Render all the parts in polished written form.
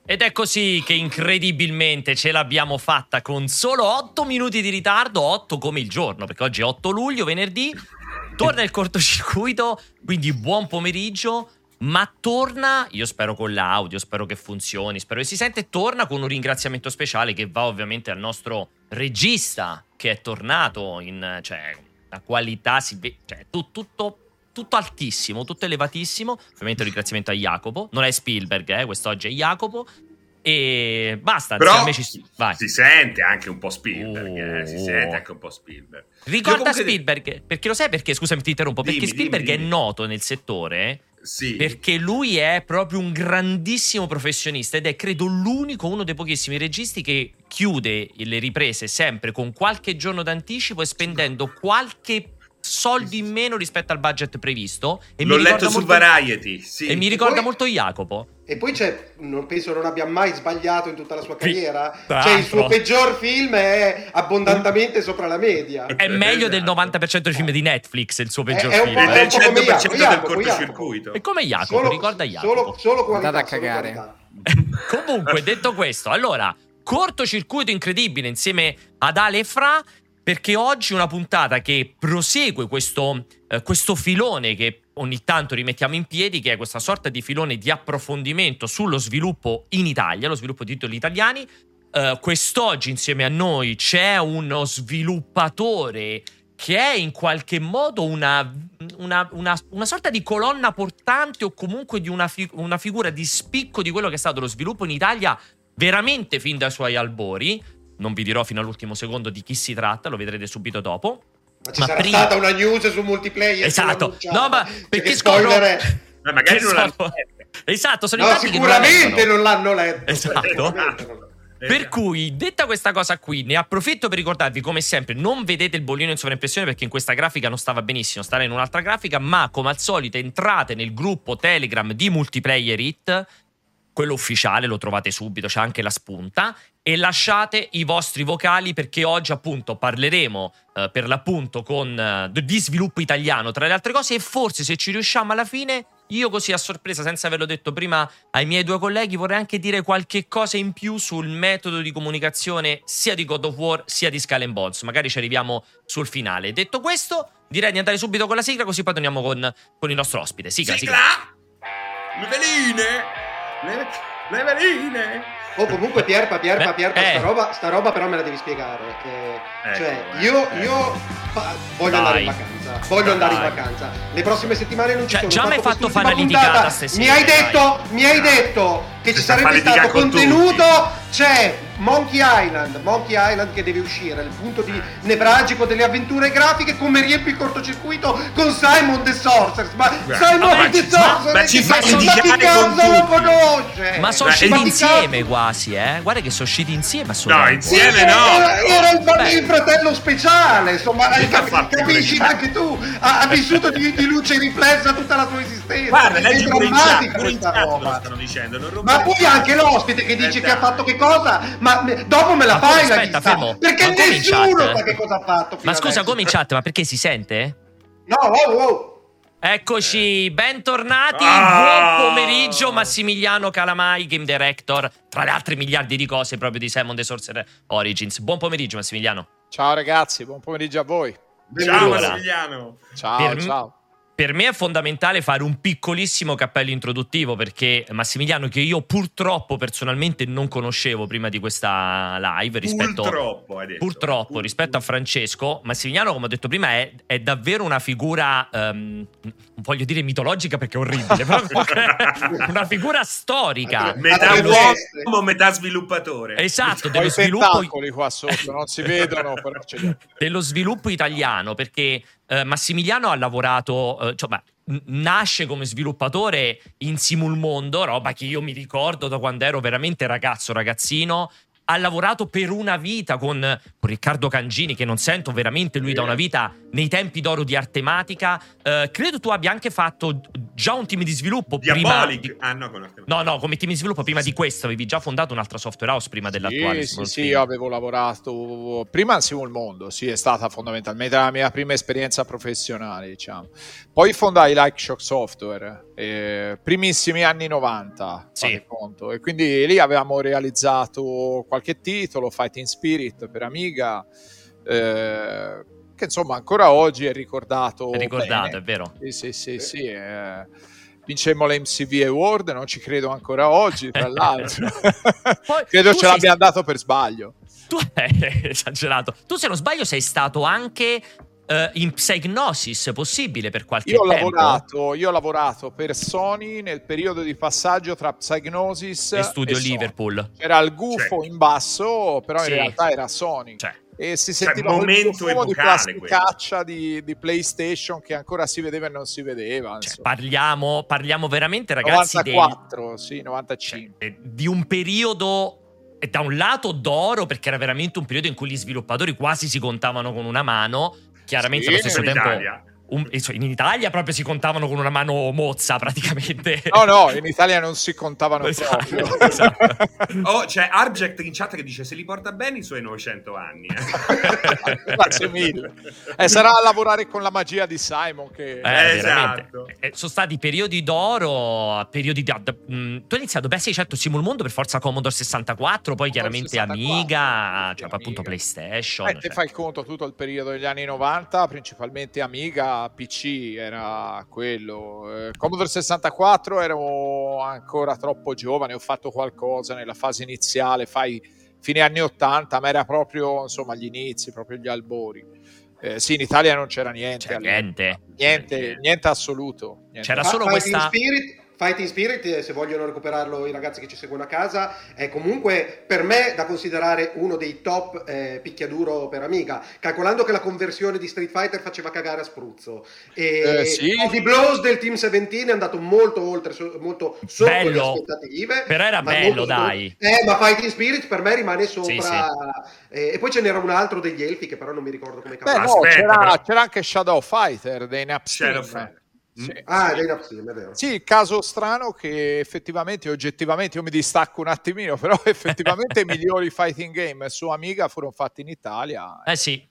Ed è così che incredibilmente ce l'abbiamo fatta con solo 8 minuti di ritardo, 8 come il giorno, perché oggi è 8 luglio, venerdì, torna il cortocircuito, quindi buon pomeriggio, ma torna, io spero con l'audio, spero che funzioni, spero che si sente, torna con un ringraziamento speciale che va ovviamente al nostro regista, che è tornato in, cioè, la qualità, cioè, tutto altissimo, tutto elevatissimo. Ovviamente un ringraziamento a Jacopo. Non è Spielberg, quest'oggi è Jacopo. E basta. Però vai. Si sente anche un po' Spielberg. Si sente anche un po' Spielberg. Ricorda Spielberg, perché lo sai perché? Scusami, ti interrompo. Perché Spielberg dimmi. è noto nel settore. Sì. Perché lui è proprio un grandissimo professionista ed è, credo, uno dei pochissimi registi che chiude le riprese sempre con qualche giorno d'anticipo e spendendo qualche soldi in meno rispetto al budget previsto. E l'ho letto su Variety, sì. E mi ricorda molto Jacopo. E poi penso non abbia mai sbagliato in tutta la sua carriera. Tra Cioè, il l'altro, suo peggior film è abbondantemente sopra la media. È meglio del 90% dei film di Netflix, il suo peggior film. È del 100% del cortocircuito. E come Jacopo, ricorda Jacopo. Solo qualità, andate a cagare. Comunque, detto questo, allora, cortocircuito incredibile insieme ad Ale e Fra, perché oggi una puntata che prosegue questo filone che ogni tanto rimettiamo in piedi, che è questa sorta di filone di approfondimento sullo sviluppo in Italia, lo sviluppo di titoli italiani. Quest'oggi insieme a noi c'è uno sviluppatore che è in qualche modo una sorta di colonna portante o comunque di una figura di spicco di quello che è stato lo sviluppo in Italia veramente fin dai suoi albori. Non vi dirò fino all'ultimo secondo di chi si tratta, lo vedrete subito dopo. Ma ci sarà stata una news su multiplayer? Esatto. No, ma perché spoiler è? Magari non l'hanno letto. Esatto, sono no, sicuramente non l'hanno letto. Esatto. Per cui, detta questa cosa qui, ne approfitto per ricordarvi, come sempre, non vedete il bollino in sovraimpressione perché in questa grafica non stava benissimo, stava in un'altra grafica, ma come al solito entrate nel gruppo Telegram di Multiplayer It, quello ufficiale, lo trovate subito, c'è anche la spunta, e lasciate i vostri vocali perché oggi appunto parleremo per l'appunto di sviluppo italiano tra le altre cose, e forse se ci riusciamo alla fine, io così a sorpresa, senza averlo detto prima ai miei due colleghi, vorrei anche dire qualche cosa in più sul metodo di comunicazione sia di God of War sia di Skull and Bones, magari ci arriviamo sul finale. Detto questo, direi di andare subito con la sigla, così poi torniamo con il nostro ospite. Sigla! Le veline! Oh, comunque Pierpa, sta roba però me la devi spiegare. Io voglio andare in vacanza. Le prossime settimane non ci sono. Già mi hai fatto fare una litigata stasera. Mi hai detto che ci sarebbe stato contenuto. C'è Monkey Island che deve uscire, il punto di nevralgico delle avventure grafiche. Come riempi il cortocircuito con Simon the Sorcerer? Ma Simon the Sorcerer, ma ci fai chi cazzo lo conosce? Ma sono usciti insieme quasi, guarda che sono usciti insieme. No, insieme no. Era il fratello speciale, insomma, capisci anche tu. Ha vissuto di luce riflessa tutta la sua esistenza. Guarda, è leggi drammatica questa roba. Stanno dicendo, ma poi anche l'ospite che dice che ha fatto che cosa, ma dopo me la fai la lista, fermo. perché nessuno sa che cosa ha fatto. Ma scusa, come in chat, ma perché si sente? No, wow. Eccoci, bentornati, buon pomeriggio Massimiliano Calamai, Game Director, tra le altre miliardi di cose proprio di Simon the Sorcerer Origins. Buon pomeriggio Massimiliano. Ciao ragazzi, buon pomeriggio a voi. Ciao Massimiliano. Ciao. Per me è fondamentale fare un piccolissimo cappello introduttivo, perché Massimiliano, che io purtroppo personalmente non conoscevo prima di questa live, purtroppo rispetto a Francesco, Massimiliano, come ho detto prima, è davvero una figura, voglio dire mitologica perché è orribile, però una figura storica. Metà uomo, metà sviluppatore. Esatto, dello sviluppo qua sotto, non si vedono, però dello sviluppo italiano, perché Massimiliano ha lavorato, nasce come sviluppatore in Simulmondo, roba che io mi ricordo da quando ero veramente ragazzino. ha lavorato per una vita con Riccardo Cangini, che non sento veramente lui da una vita nei tempi d'oro di Artematica. Credo tu abbia anche fatto già un team di sviluppo Diabolic. No, come team di sviluppo prima di questo avevi già fondato un'altra software house prima dell'attuale. Sì, io avevo lavorato prima a Simul Mondo, sì, è stata fondamentalmente la mia prima esperienza professionale, diciamo. Poi fondai Like Shock Software, primissimi anni 90, sì. conto. E quindi lì avevamo realizzato qualche titolo, Fighting Spirit per Amiga, che insomma ancora oggi è ricordato bene. È vero. Sì. Vincemmo l'MCV Award, non ci credo ancora oggi, tra l'altro. Poi, credo ce l'abbiamo dato per sbaglio. Tu hai esagerato. Tu, se non sbaglio, sei stato anche in Psygnosis, possibile, per qualche tempo? Io ho lavorato per Sony nel periodo di passaggio tra Psygnosis e Studio Sony. Liverpool. C'era il gufo in basso, però in realtà era Sony. E si sentiva un fumo di plasticaccia di PlayStation che ancora si vedeva e non si vedeva. Parliamo veramente, ragazzi, 94, 95. Di un periodo, da un lato d'oro, perché era veramente un periodo in cui gli sviluppatori quasi si contavano con una mano. Chiaramente allo stesso tempo in Italia proprio si contavano con una mano mozza, praticamente. No, in Italia non si contavano proprio. Esatto. C'è Arject in chat che dice: se li porta bene i suoi 900 anni. Grazie mille. Sarà a lavorare con la magia di Simon che esatto. Sono stati periodi d'oro, periodi di tu hai iniziato 600 Simul Mondo per forza Commodore 64, poi chiaramente 64, Amiga, cioè appunto PlayStation. Te fai il conto tutto il periodo degli anni 90, principalmente Amiga, PC era quello. Commodore 64 ero ancora troppo giovane, ho fatto qualcosa nella fase iniziale, fine anni 80, ma era proprio insomma gli inizi, proprio gli albori. Sì, in Italia non c'era niente. Niente assoluto. C'era solo questa Fighting Spirit, se vogliono recuperarlo i ragazzi che ci seguono a casa, è comunque per me da considerare uno dei top picchiaduro per Amiga, calcolando che la conversione di Street Fighter faceva cagare a spruzzo. The Blows del Team 17 è andato molto sotto le aspettative. Però era bello, dai. Ma Fighting Spirit per me rimane sopra. Sì. E poi ce n'era un altro degli elfi che però non mi ricordo come c'era anche Shadow Fighter dei Napster. Sì. Dei Napsim, è vero. Sì, il caso strano che effettivamente, oggettivamente, io mi distacco un attimino, però effettivamente i migliori fighting game su Amiga furono fatti in Italia. Sì.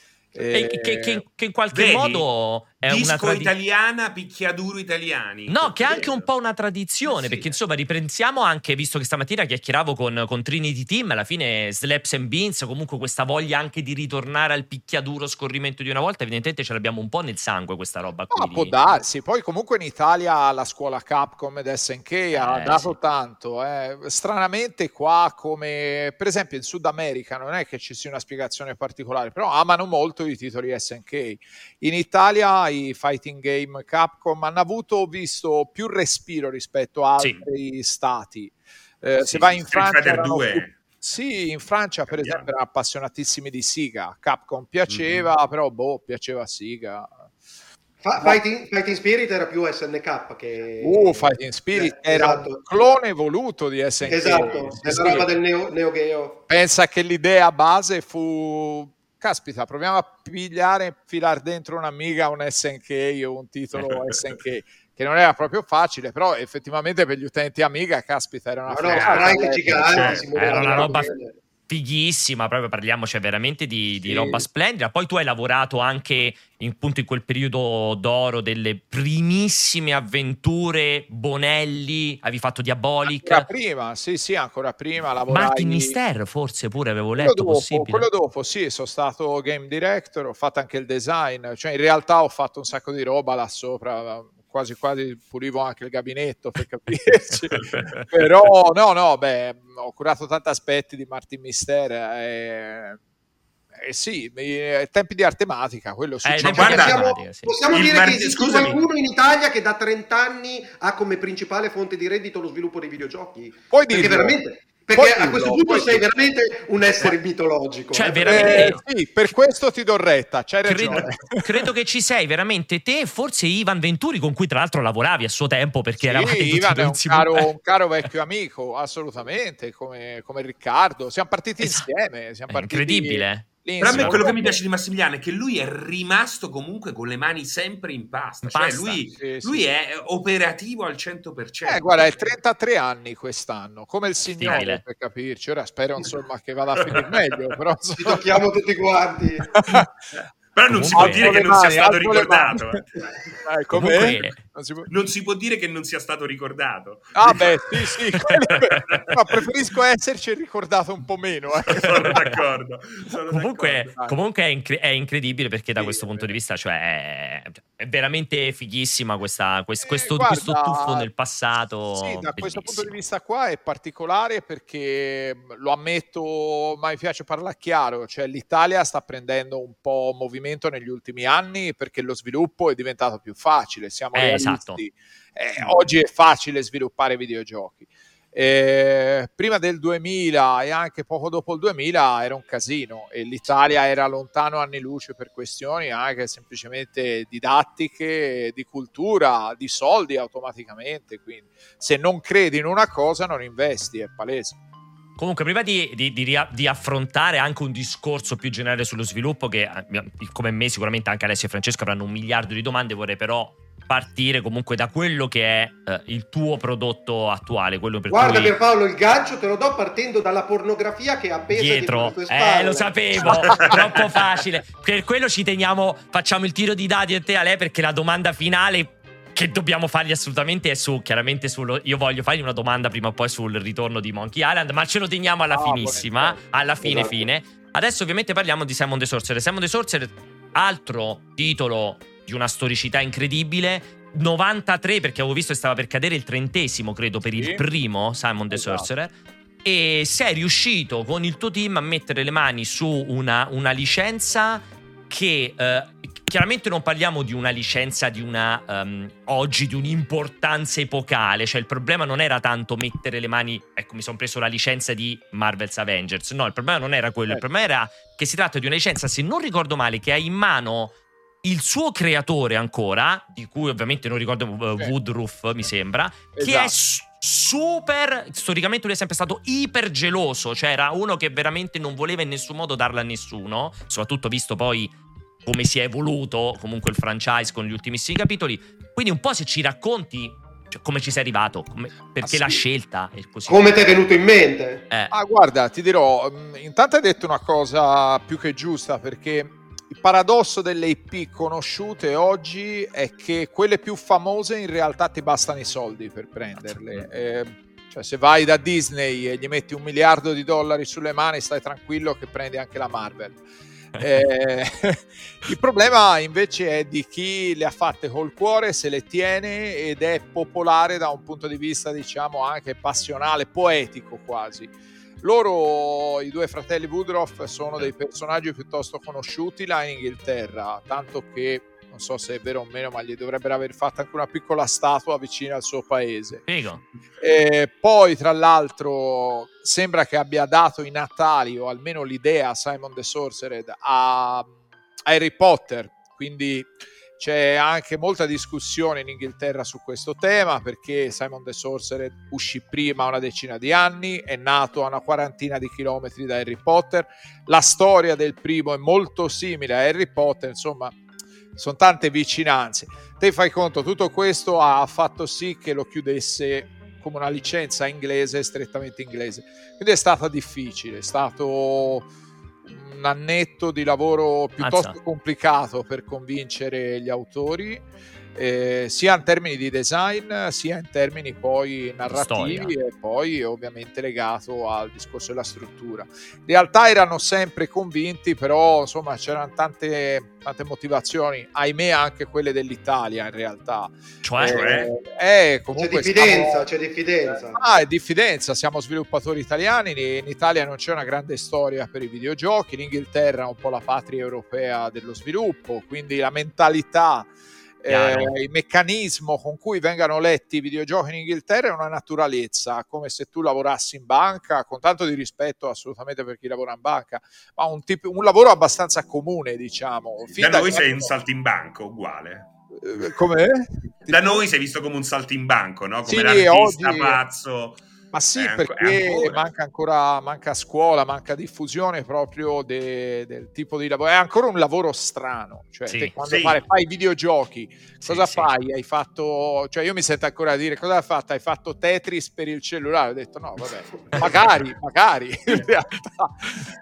Che in qualche modo è disco italiana, picchiaduro italiani. No, che è anche un po' una tradizione, perché insomma riprensiamo anche, visto che stamattina chiacchieravo con Trinity Team, alla fine Slaps and Beans, comunque questa voglia anche di ritornare al picchiaduro scorrimento di una volta, evidentemente ce l'abbiamo un po' nel sangue questa roba qui. Può darsi, poi comunque in Italia la scuola Capcom ed SNK ha dato tanto, stranamente qua, come per esempio in Sud America, non è che ci sia una spiegazione particolare, però amano molto i titoli SNK. In Italia i fighting game Capcom hanno avuto visto più respiro rispetto a altri stati. Se vai in Francia in Francia per esempio erano appassionatissimi di Sega. Capcom piaceva, però piaceva Sega. Fighting Spirit era più SNK che Fighting Spirit era un clone voluto di SNK. Esatto, la roba del Neo Geo. Pensa che l'idea base fu: caspita, proviamo a filare dentro un'Amiga un SNK o un titolo SNK, che non era proprio facile, però effettivamente per gli utenti Amiga, caspita, era una giganti, era una roba fighissima, proprio parliamo veramente di roba splendida. Poi tu hai lavorato anche in quel periodo d'oro delle primissime avventure Bonelli, avevi fatto Diabolic. Ancora prima lavorai. Martin Mister forse pure avevo letto, quello dopo sono stato game director, ho fatto anche il design, cioè in realtà ho fatto un sacco di roba là sopra, quasi pulivo anche il gabinetto per capirci. Però ho curato tanti aspetti di Martin Mister tempi di Artematica, quello possiamo dire che esiste qualcuno in Italia che da 30 anni ha come principale fonte di reddito lo sviluppo dei videogiochi. Puoi dirlo. Perché a questo punto sei veramente un essere mitologico. Cioè, veramente. Sì, per questo ti do retta, c'hai ragione. Credo che ci sei veramente te, forse Ivan Venturi, con cui tra l'altro lavoravi a suo tempo, perché eravate tutti Ivan è un caro vecchio amico, assolutamente, come Riccardo. Siamo partiti insieme. Siamo partiti incredibile. Però a me quello che mi piace di Massimiliano è che lui è rimasto comunque con le mani sempre in pasta. Cioè lui è operativo al 100%. Guarda, è 33 anni quest'anno, come il signore, per capirci. Ora spero insomma che vada a finire meglio. Però ci tocchiamo tutti quanti. Però non si può dire che non sia stato ricordato. Non si può dire che non sia stato ricordato. Ah beh, sì. No, preferisco esserci ricordato un po' meno. Sono d'accordo. Comunque è incredibile, perché da questo punto di vista, cioè, è veramente fighissima questo tuffo nel passato. Sì, da bellissimo. questo punto di vista qua è particolare, perché lo ammetto, ma mi piace parlare chiaro, cioè l'Italia sta prendendo un po' movimento negli ultimi anni, perché lo sviluppo è diventato più facile, siamo realisti. Esatto. Oggi è facile sviluppare videogiochi. Prima del 2000 e anche poco dopo il 2000 era un casino, e l'Italia era lontano anni luce per questioni anche semplicemente didattiche, di cultura, di soldi automaticamente. Quindi se non credi in una cosa non investi, è palese. Comunque, prima di affrontare anche un discorso più generale sullo sviluppo, che come me sicuramente anche Alessio e Francesco avranno 1 miliardo di domande, vorrei però partire comunque da quello che è il tuo prodotto attuale, quello per Guarda cui... Pierpaolo, il gancio te lo do partendo dalla pornografia che è appesa dietro le tue spalle. Lo sapevo, troppo facile. Per quello ci teniamo, facciamo il tiro di dadi a te, Ale, perché la domanda finale che dobbiamo fargli assolutamente è chiaramente io voglio fargli una domanda prima o poi sul ritorno di Monkey Island, ma ce lo teniamo alla finissima, alla fine. Adesso ovviamente parliamo di Simon the Sorcerer. Simon the Sorcerer, altro titolo di una storicità incredibile, 93, perché avevo visto che stava per cadere il 30°, credo, per il primo Simon the Sorcerer. E sei riuscito con il tuo team a mettere le mani su una licenza che chiaramente non parliamo di una licenza oggi di un'importanza epocale, cioè il problema non era tanto mettere le mani, ecco, mi sono preso la licenza di Marvel's Avengers, no, il problema non era quello, il problema era che si tratta di una licenza, se non ricordo male, che ha in mano il suo creatore ancora, di cui ovviamente non ricordo, Woodruff mi sembra, che è super, storicamente lui è sempre stato iper geloso, cioè era uno che veramente non voleva in nessun modo darla a nessuno, soprattutto visto poi come si è evoluto comunque il franchise con gli ultimissimi capitoli. Quindi un po' se ci racconti, cioè, come ci sei arrivato, perché la scelta è così. Come ti è venuto in mente? Guarda, ti dirò, intanto hai detto una cosa più che giusta, perché il paradosso delle IP conosciute oggi è che quelle più famose in realtà ti bastano i soldi per prenderle. Cioè, se vai da Disney e gli metti $1 miliardo sulle mani, stai tranquillo che prendi anche la Marvel. Il problema invece è di chi le ha fatte col cuore, se le tiene ed è popolare da un punto di vista, diciamo, anche passionale, poetico quasi. Loro, i 2 fratelli Woodruff, sono dei personaggi piuttosto conosciuti là in Inghilterra, tanto che non so se è vero o meno, ma gli dovrebbero aver fatto anche una piccola statua vicino al suo paese. Figo. Poi tra l'altro sembra che abbia dato i natali, o almeno l'idea, Simon the Sorcerer a Harry Potter, quindi c'è anche molta discussione in Inghilterra su questo tema, perché Simon the Sorcerer uscì prima una decina di anni, è nato a una 40 di chilometri da Harry Potter, la storia del primo è molto simile a Harry Potter, insomma sono tante vicinanze. Te fai conto, tutto questo ha fatto sì che lo chiudesse come una licenza inglese, strettamente inglese, quindi è stata difficile, è stato un annetto di lavoro piuttosto complicato per convincere gli autori, sia in termini di design sia in termini poi narrativi e poi ovviamente legato al discorso della struttura. In realtà erano sempre convinti, però insomma c'erano tante motivazioni, ahimè anche quelle dell'Italia in realtà. Comunque c'è diffidenza. È diffidenza, siamo sviluppatori italiani, in Italia non c'è una grande storia per i videogiochi, l'Inghilterra è un po' la patria europea dello sviluppo, quindi la mentalità il meccanismo con cui vengano letti i videogiochi in Inghilterra è una naturalezza, come se tu lavorassi in banca, con tanto di rispetto assolutamente per chi lavora in banca, ma un lavoro abbastanza comune, diciamo. Da noi sei un saltimbanco, uguale. Com'è? Da noi sei visto come un saltimbanco, no? Come sì, l'artista oggi... pazzo. Ma sì, perché manca scuola, manca diffusione proprio del tipo di lavoro. È ancora un lavoro strano. Cioè, te quando fai videogiochi, cosa fai? Hai fatto... Cioè, io mi sento ancora a dire, cosa hai fatto? Hai fatto Tetris per il cellulare? Ho detto, no, vabbè, magari, in realtà.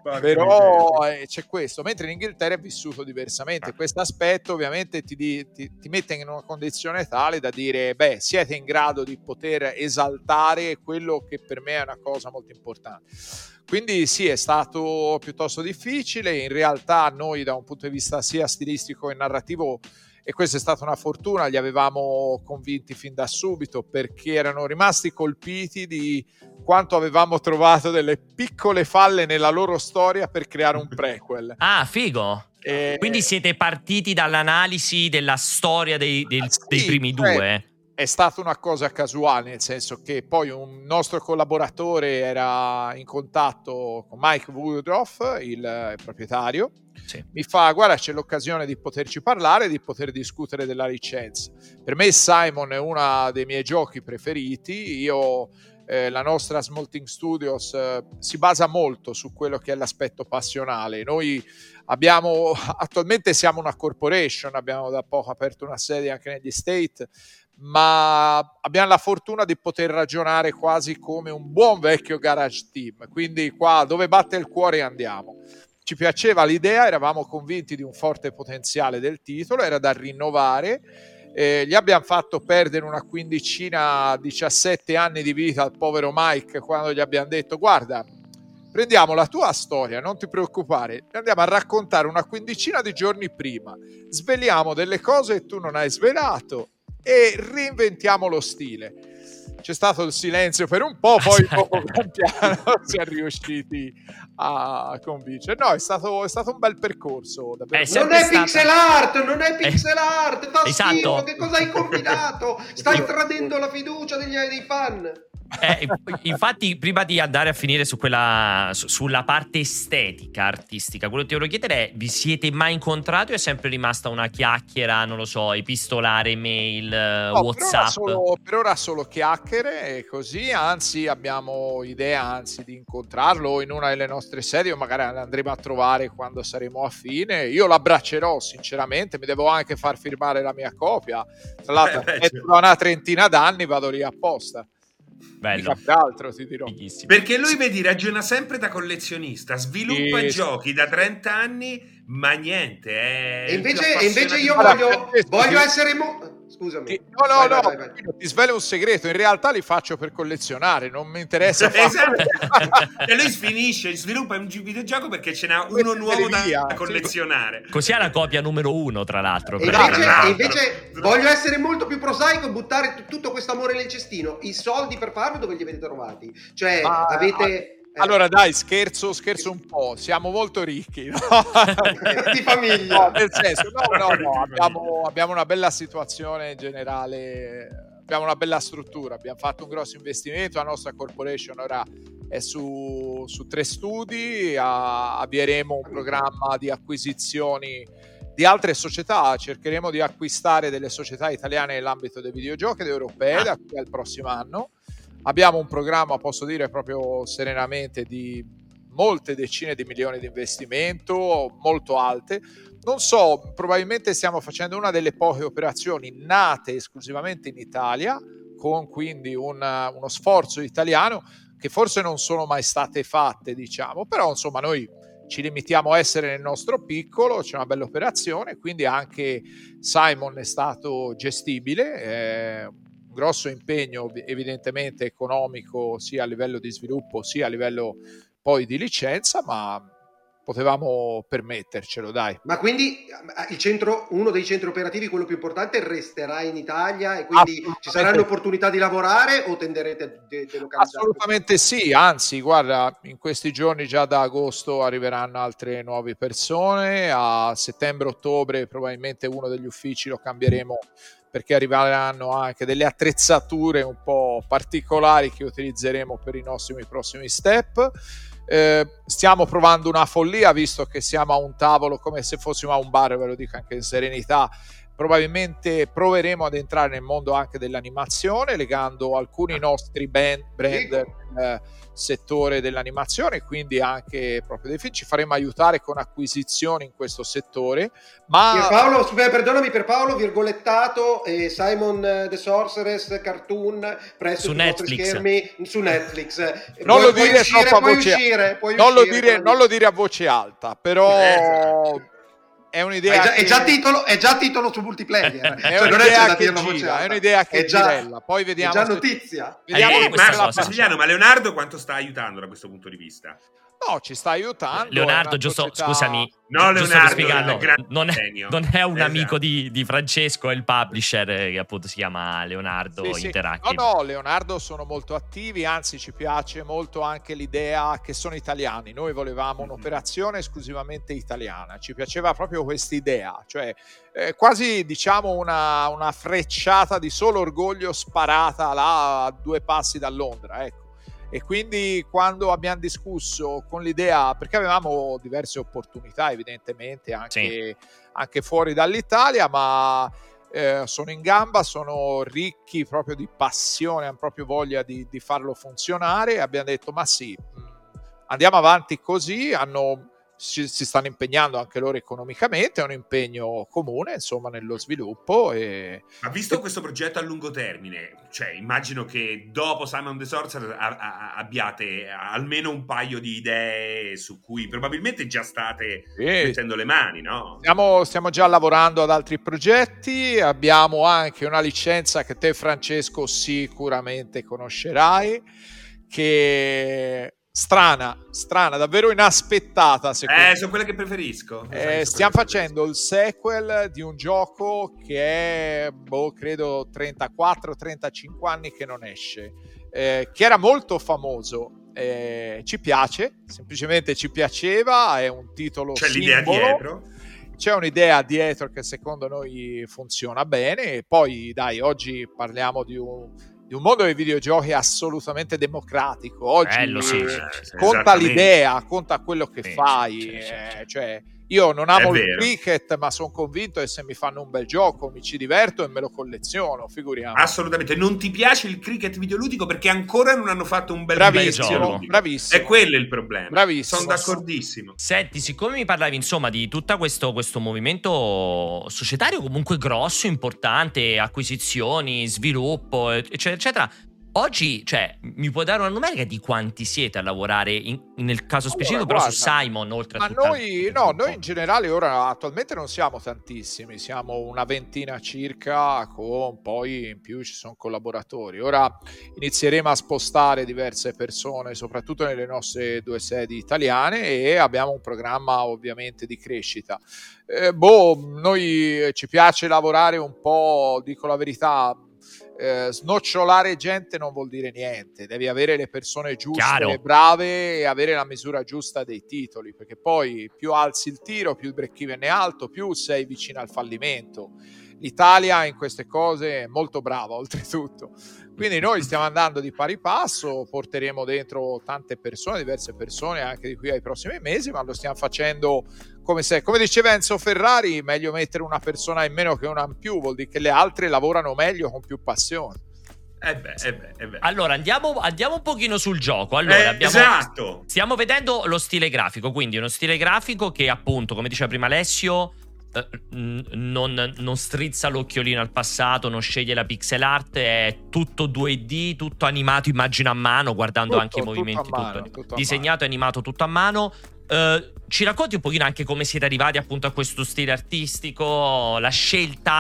Però c'è questo. Mentre in Inghilterra è vissuto diversamente. Questo aspetto, ovviamente, ti mette in una condizione tale da dire, beh, siete in grado di poter esaltare quello che per me è una cosa molto importante. Quindi sì, è stato piuttosto difficile. In realtà noi da un punto di vista sia stilistico che narrativo, e questa è stata una fortuna, li avevamo convinti fin da subito, perché erano rimasti colpiti di quanto avevamo trovato delle piccole falle nella loro storia per creare un prequel. Ah, figo! Quindi siete partiti dall'analisi della storia dei primi due? È stata una cosa casuale, nel senso che poi un nostro collaboratore era in contatto con Mike Woodruff, il proprietario. Sì. Mi fa, guarda, c'è l'occasione di poterci parlare, di poter discutere della licenza. Per me Simon è uno dei miei giochi preferiti. La nostra Smolting Studios si basa molto su quello che è l'aspetto passionale. Noi attualmente siamo una corporation, abbiamo da poco aperto una sede anche negli States, ma abbiamo la fortuna di poter ragionare quasi come un buon vecchio garage team, quindi qua dove batte il cuore andiamo. Ci piaceva l'idea, eravamo convinti di un forte potenziale del titolo, era da rinnovare. Gli abbiamo fatto perdere una 17 anni di vita al povero Mike, quando gli abbiamo detto, guarda, prendiamo la tua storia, non ti preoccupare, andiamo a raccontare una 15 di giorni prima, sveliamo delle cose che tu non hai svelato e reinventiamo lo stile. C'è stato il silenzio per un po', poi poco piano si è riusciti a convincere. No, è stato un bel percorso. Non è pixel art, fa schifo, che cosa hai combinato? Stai tradendo la fiducia dei fan. Infatti, prima di andare a finire sulla parte estetica, artistica, quello che ti volevo chiedere è: vi siete mai incontrati o è sempre rimasta una chiacchiera, non lo so, epistolare, mail, WhatsApp? Per ora solo chiacchiere e così, anzi abbiamo idea di incontrarlo in una delle nostre sedi, o magari andremo a trovare quando saremo a fine. Io l'abbraccerò sinceramente, mi devo anche far firmare la mia copia, tra l'altro da una trentina d'anni vado lì apposta. Bello. Altro ti dirò. Fighissimo. Perché lui, vedi, ragiona sempre da collezionista, sviluppa giochi da 30 anni, ma niente. E invece io voglio essere scusami. Vai. Ti svelo un segreto, in realtà li faccio per collezionare, non mi interessa esatto. E lui sviluppa un videogioco perché ce n'ha uno nuovo da collezionare. Così ha la copia numero 1, tra l'altro. E invece voglio essere molto più prosaico e buttare tutto questo amore nel cestino. I soldi per farlo dove li avete trovati? Cioè, avete... Allora dai, scherzo un po', siamo molto ricchi, no? Di famiglia. No, nel senso, no, abbiamo una bella situazione generale, abbiamo una bella struttura, abbiamo fatto un grosso investimento, la nostra corporation ora è su 3 studi, avvieremo un programma di acquisizioni di altre società, cercheremo di acquistare delle società italiane nell'ambito dei videogiochi ed europee da qui al prossimo anno. Abbiamo un programma, posso dire proprio serenamente, di molte decine di milioni di investimento, molto alte. Non so, probabilmente stiamo facendo una delle poche operazioni nate esclusivamente in Italia, con quindi uno sforzo italiano che forse non sono mai state fatte, diciamo, però insomma noi ci limitiamo a essere nel nostro piccolo, c'è una bella operazione, quindi anche Simon è stato gestibile, un grosso impegno evidentemente economico sia a livello di sviluppo sia a livello poi di licenza, ma potevamo permettercelo, dai. Ma quindi uno dei centri operativi, quello più importante, resterà in Italia e quindi ci saranno opportunità di lavorare o tenderete a delocalizzare? Assolutamente sì, anzi guarda, in questi giorni già da agosto arriveranno altre nuove persone, a settembre-ottobre probabilmente uno degli uffici lo cambieremo perché arriveranno anche delle attrezzature un po' particolari che utilizzeremo per i nostri prossimi step. Stiamo provando una follia, visto che siamo a un tavolo come se fossimo a un bar, ve lo dico anche in serenità. Probabilmente proveremo ad entrare nel mondo anche dell'animazione, legando alcuni nostri brand nel settore dell'animazione, quindi anche proprio dei film. Ci faremo aiutare con acquisizioni in questo settore. Ma Pierpaolo, perdonami Pierpaolo, virgolettato, Simon the Sorceress cartoon presto su sui Netflix. vostri schermi su Netflix. Non lo dire troppo a voce, non lo dire a voce alta, però è un'idea è già titolo su multiplayer. È un'idea che gira, è un'idea che girella. Poi vediamo. È già notizia. Ma Leonardo quanto sta aiutando da questo punto di vista? No, ci sta aiutando. Leonardo, giusto, scusami. No, Leonardo non è un amico di Francesco, è il publisher che appunto si chiama Leonardo Interactive. No, Leonardo sono molto attivi, anzi ci piace molto anche l'idea che sono italiani. Noi volevamo un'operazione esclusivamente italiana, ci piaceva proprio quest'idea, cioè quasi diciamo una frecciata di solo orgoglio sparata là a 2 passi da Londra, ecco. E quindi quando abbiamo discusso con l'idea, perché avevamo diverse opportunità evidentemente anche fuori dall'Italia, ma sono in gamba, sono ricchi proprio di passione, hanno proprio voglia di farlo funzionare, abbiamo detto ma sì, andiamo avanti così, si stanno impegnando anche loro economicamente, è un impegno comune insomma nello sviluppo. Ma visto questo progetto a lungo termine, cioè immagino che dopo Simon the Sorcerer abbiate almeno un paio di idee su cui probabilmente già state mettendo le mani, no? Stiamo già lavorando ad altri progetti, abbiamo anche una licenza che te Francesco sicuramente conoscerai, che strana, davvero inaspettata. Sono quelle che preferisco. Stiamo facendo il sequel di un gioco che è, credo 34-35 anni che non esce, che era molto famoso. Ci piace, semplicemente ci piaceva, è un titolo C'è simbolo. L'idea dietro. C'è un'idea dietro che secondo noi funziona bene, e poi dai, oggi parliamo di un mondo dei videogiochi assolutamente democratico. Oggi conta l'idea, conta quello che fai. Cioè, io non amo il cricket, ma sono convinto che se mi fanno un bel gioco mi ci diverto e me lo colleziono, figuriamo. Assolutamente. Non ti piace il cricket videoludico perché ancora non hanno fatto un bel gioco. Bravissimo. È quello il problema. Bravissimo. Sono d'accordissimo. Senti, siccome mi parlavi insomma di tutto questo movimento societario comunque grosso, importante, acquisizioni, sviluppo, eccetera, eccetera, oggi, cioè, mi puoi dare una numerica di quanti siete a lavorare nel caso specifico, però su Simon, oltre a tutto? Noi in generale ora attualmente non siamo tantissimi, siamo una ventina circa, con poi in più ci sono collaboratori. Ora inizieremo a spostare diverse persone, soprattutto nelle nostre 2 sedi italiane, e abbiamo un programma ovviamente di crescita. Noi ci piace lavorare un po', dico la verità, snocciolare gente non vuol dire niente, devi avere le persone giuste, brave, e avere la misura giusta dei titoli, perché poi più alzi il tiro, più il break-even è alto, più sei vicino al fallimento. L'Italia in queste cose è molto brava oltretutto, quindi noi stiamo andando di pari passo, porteremo dentro tante persone, diverse persone anche di qui ai prossimi mesi, ma lo stiamo facendo come diceva Enzo Ferrari, meglio mettere una persona in meno che una in più, vuol dire che le altre lavorano meglio con più passione. Allora andiamo un pochino sul gioco. Allora, esatto. Stiamo vedendo lo stile grafico, quindi uno stile grafico che appunto, come diceva prima Alessio, non strizza l'occhiolino al passato, non sceglie la pixel art, è tutto 2D, tutto animato, immagino a mano, guardando anche i movimenti, tutto disegnato e animato tutto a mano. Ci racconti un pochino anche come siete arrivati appunto a questo stile artistico, la scelta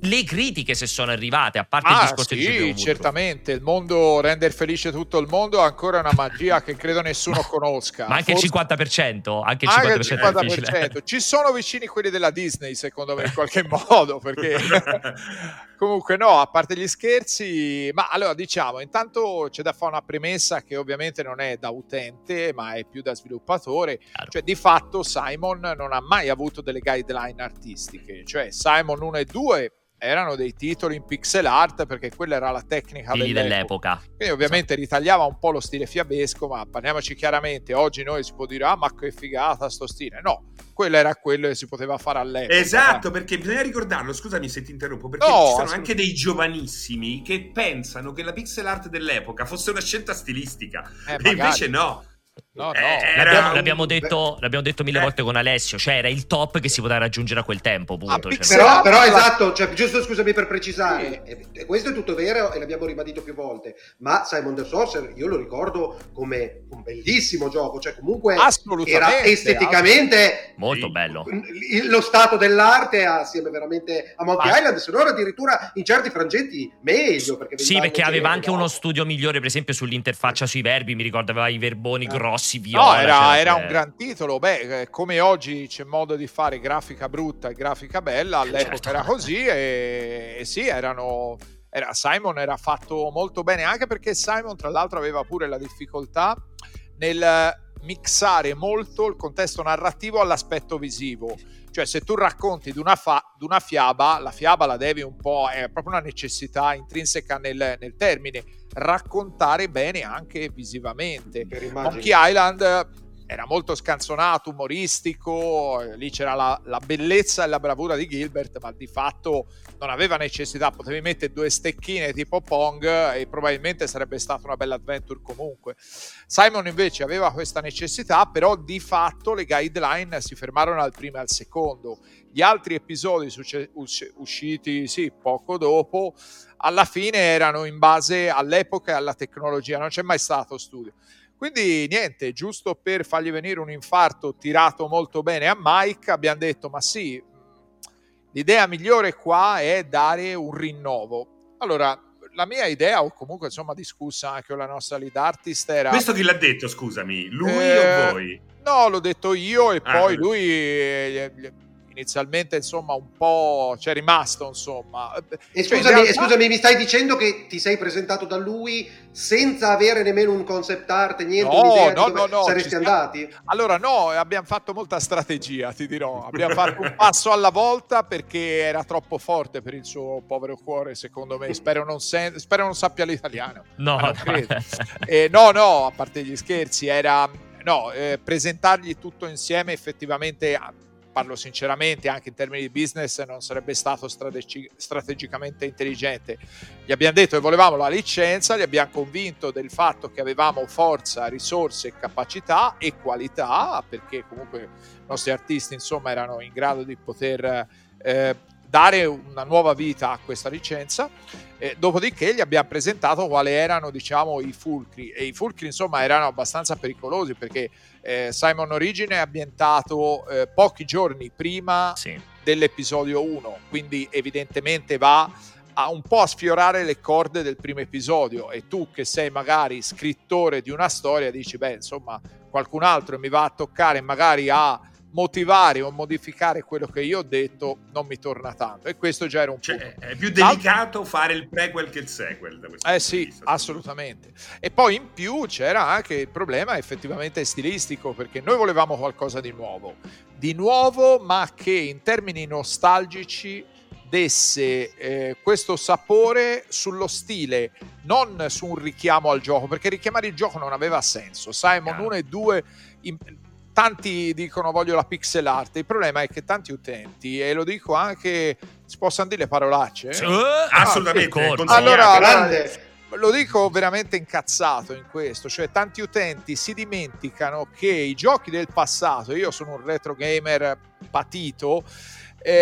le critiche se sono arrivate, a parte il discorso sì, certamente, il mondo, rendere felice tutto il mondo è ancora una magia che credo nessuno conosca. Ma anche il 50%, anche il 50%. Ci sono vicini quelli della Disney, secondo me, in qualche modo, perché comunque no, a parte gli scherzi, ma allora diciamo, intanto c'è da fare una premessa che ovviamente non è da utente, ma è più da sviluppatore. Claro. Cioè di fatto Simon non ha mai avuto delle guideline artistiche, cioè Simon 1 e 2 erano dei titoli in pixel art perché quella era la tecnica dell'epoca. Quindi ovviamente ritagliava un po' lo stile fiabesco, ma parliamoci chiaramente, oggi noi si può dire ma che figata sto stile. No, quello era quello che si poteva fare all'epoca. Esatto, perché bisogna ricordarlo, scusami se ti interrompo, perché ci sono anche dei giovanissimi che pensano che la pixel art dell'epoca fosse una scelta stilistica e invece no. No. L'abbiamo detto 1000 volte con Alessio, cioè era il top che si poteva raggiungere a quel tempo, punto. Però esatto, cioè, giusto scusami per precisare, questo è tutto vero e l'abbiamo ribadito più volte, ma Simon the Sorcerer io lo ricordo come un bellissimo gioco, cioè comunque era esteticamente molto bello, lo stato dell'arte assieme veramente a Monkey Island, se non addirittura in certi frangenti meglio, perché aveva anche uno studio migliore, per esempio sull'interfaccia sui verbi, mi ricordo aveva i verboni grossi, viola, era un gran titolo. Come oggi c'è modo di fare grafica brutta e grafica bella, all'epoca era così e sì, Simon era fatto molto bene, anche perché Simon tra l'altro aveva pure la difficoltà nel mixare molto il contesto narrativo all'aspetto visivo. Cioè se tu racconti di una fiaba, la fiaba la devi un po', è proprio una necessità intrinseca nel termine, raccontare bene anche visivamente. Monkey Island era molto scanzonato, umoristico, lì c'era la bellezza e la bravura di Gilbert, ma di fatto non aveva necessità, potevi mettere 2 stecchine tipo Pong e probabilmente sarebbe stata una bella adventure comunque. Simon invece aveva questa necessità, però di fatto le guideline si fermarono al primo e al secondo. Gli altri episodi usciti poco dopo, alla fine erano in base all'epoca e alla tecnologia, non c'è mai stato studio. Quindi niente, giusto per fargli venire un infarto tirato molto bene a Mike, abbiamo detto ma sì, l'idea migliore qua è dare un rinnovo. Allora, la mia idea, o comunque insomma discussa anche con la nostra lead artist, era... Questo chi l'ha detto, scusami? Lui o voi? No, l'ho detto io e poi lui... inizialmente insomma un po' c'è rimasto insomma. E scusami, mi stai dicendo che ti sei presentato da lui senza avere nemmeno un concept art, niente, un'idea di dove saresti andati? Allora no, abbiamo fatto molta strategia, ti dirò, abbiamo fatto un passo alla volta perché era troppo forte per il suo povero cuore, secondo me. Spero non sappia l'italiano. No, a parte gli scherzi, era presentargli tutto insieme effettivamente. Parlo sinceramente, anche in termini di business non sarebbe stato strategicamente intelligente. Gli abbiamo detto che volevamo la licenza, li abbiamo convinto del fatto che avevamo forza, risorse, capacità e qualità, perché comunque i nostri artisti insomma erano in grado di poter dare una nuova vita a questa licenza. Dopodiché gli abbiamo presentato quali erano, diciamo, i fulcri, e i fulcri insomma erano abbastanza pericolosi perché Simon Origin è ambientato pochi giorni prima dell'episodio 1, quindi evidentemente va un po' a sfiorare le corde del primo episodio, e tu che sei magari scrittore di una storia dici insomma qualcun altro mi va a toccare magari a motivare o modificare quello che io ho detto, non mi torna tanto, e questo già era un punto. È più delicato fare il prequel che il sequel da questo punto di vista, assolutamente. E poi in più c'era anche il problema effettivamente stilistico, perché noi volevamo qualcosa di nuovo, ma che in termini nostalgici desse questo sapore sullo stile, non su un richiamo al gioco, perché richiamare il gioco non aveva senso. Simon 1 e 2 tanti dicono voglio la pixel art, il problema è che tanti utenti, e lo dico anche, si possono dire le parolacce? Assolutamente. Allora, lo dico veramente incazzato in questo, cioè tanti utenti si dimenticano che i giochi del passato, io sono un retro gamer patito,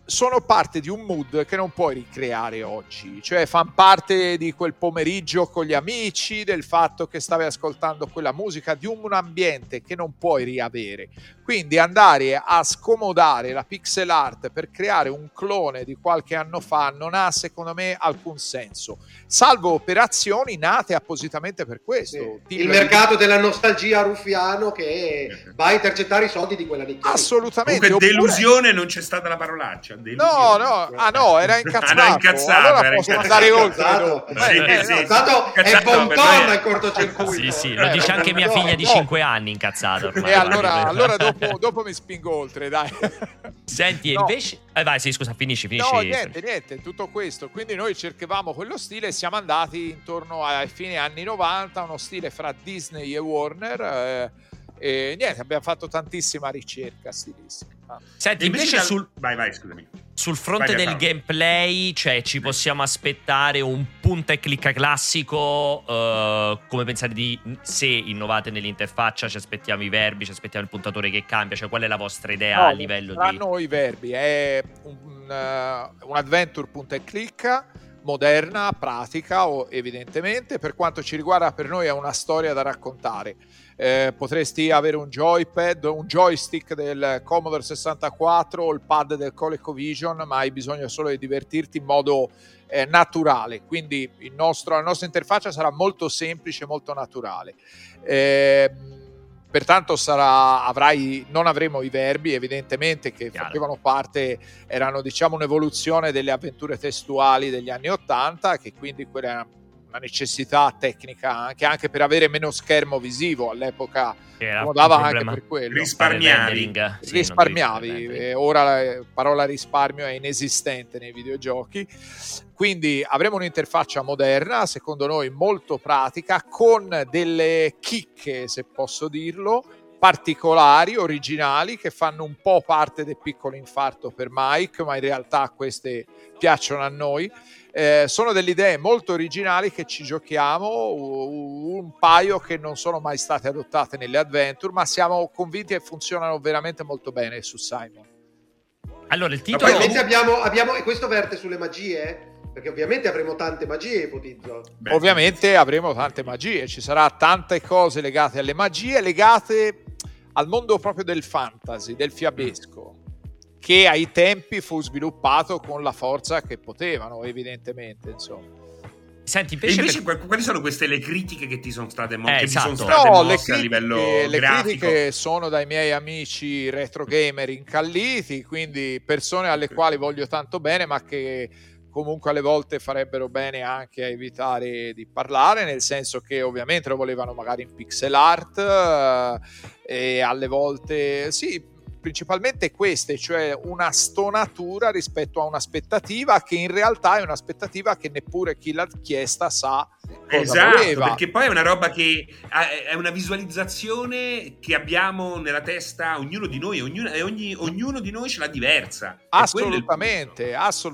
sono parte di un mood che non puoi ricreare oggi, cioè fanno parte di quel pomeriggio con gli amici, del fatto che stavi ascoltando quella musica, di un ambiente che non puoi riavere. Quindi andare a scomodare la pixel art per creare un clone di qualche anno fa non ha, secondo me, alcun senso, salvo operazioni nate appositamente per questo. Sì. Il mercato della nostalgia ruffiano che va a intercettare i soldi di quella nicchia. Assolutamente. Comunque delusione non c'è stata la parolaccia. No, era incazzato. Allora era posso incazzato. andare oltre. Incazzato è bon ton al cortocircuito. Sì, lo dice anche mia figlia di 5 anni incazzato ormai. E allora dopo mi spingo oltre, dai. Senti, invece vai, sì, scusa, finisci. No, niente, tutto questo. Quindi noi cercavamo quello stile e siamo andati intorno ai fine anni 90, uno stile fra Disney e Warner, e niente, abbiamo fatto tantissima ricerca stilistica. Senti, invece vai, scusami. Sul fronte del gameplay, cioè ci possiamo aspettare un punta e clicca classico, come pensate se innovate nell'interfaccia, ci aspettiamo i verbi, ci aspettiamo il puntatore che cambia, cioè qual è la vostra idea a livello di... i verbi, è un adventure punta e clicca, moderna, pratica evidentemente. Per quanto ci riguarda, per noi è una storia da raccontare. Potresti avere un joypad, un joystick del Commodore 64 o il pad del ColecoVision, ma hai bisogno solo di divertirti in modo naturale, quindi la nostra interfaccia sarà molto semplice, molto naturale. Pertanto non avremo i verbi, evidentemente, che facevano parte, erano diciamo un'evoluzione delle avventure testuali degli anni 80, che quindi quella era una necessità tecnica anche per avere meno schermo visivo. All'epoca dava anche per quello. Risparmiavi. Ora la parola risparmio è inesistente nei videogiochi. Quindi avremo un'interfaccia moderna, secondo noi molto pratica, con delle chicche, se posso dirlo, particolari, originali, che fanno un po' parte del piccolo infarto per Mike, ma in realtà queste piacciono a noi. Sono delle idee molto originali che ci giochiamo, un paio che non sono mai state adottate nelle adventure, ma siamo convinti che funzionano veramente molto bene su Simon. Allora il titolo... Ovviamente abbiamo e questo verte sulle magie? Perché ovviamente avremo tante magie, ipotizzo. Ovviamente avremo tante magie, ci sarà tante cose legate alle magie, legate al mondo proprio del fantasy, del fiabesco, che ai tempi fu sviluppato con la forza che potevano, evidentemente, insomma. Senti, invece quali sono le critiche che ti sono state mosse a livello le grafico? Critiche sono dai miei amici retro gamer incalliti, quindi persone alle quali voglio tanto bene, ma che comunque alle volte farebbero bene anche a evitare di parlare, nel senso che ovviamente lo volevano magari in pixel art, e alle volte principalmente queste, cioè una stonatura rispetto a un'aspettativa che in realtà è un'aspettativa che neppure chi l'ha chiesta sa cosa voleva. Perché poi è una roba che è una visualizzazione che abbiamo nella testa ognuno di noi, ognuno di noi ce l'ha diversa. Assolutamente.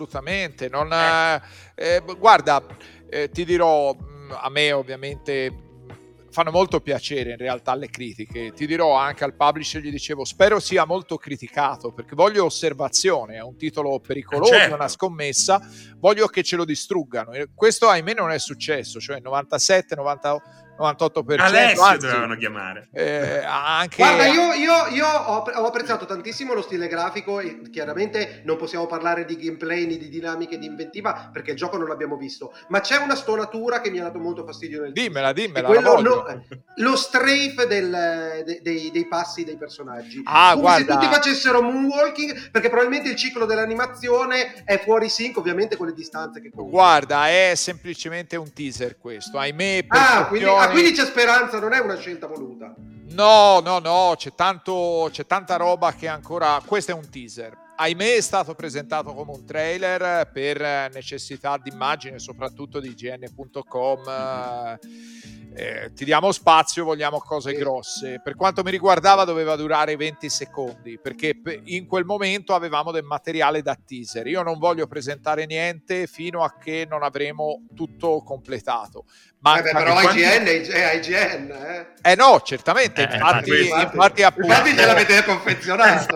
Guarda, ti dirò, a me ovviamente fanno molto piacere in realtà le critiche. Ti dirò, anche al publisher gli dicevo, spero sia molto criticato, perché voglio osservazione, è un titolo pericoloso, è una scommessa, voglio che ce lo distruggano. Questo ahimè non è successo, cioè 97, 98%. Alessio dovevano chiamare. Guarda, io ho apprezzato tantissimo lo stile grafico e chiaramente non possiamo parlare di gameplay né di dinamiche di inventiva perché il gioco non l'abbiamo visto, ma c'è una stonatura che mi ha dato molto fastidio nel dimmela lo strafe dei passi dei personaggi, guarda, se tutti facessero moonwalking, perché probabilmente il ciclo dell'animazione è fuori sync ovviamente con le distanze che comunque. Guarda, è semplicemente un teaser questo, ahimè. Quindi c'è speranza, non è una scelta voluta. No, c'è tanta roba che ancora... Questo è un teaser. Ahimè è stato presentato come un trailer per necessità di immagine, soprattutto di IGN.com, ti diamo spazio, vogliamo cose grosse. Per quanto mi riguardava doveva durare 20 secondi, perché in quel momento avevamo del materiale da teaser. Io non voglio presentare niente fino a che non avremo tutto completato. Però IGN è IGN, no, certamente, infatti ce l'avete confezionato.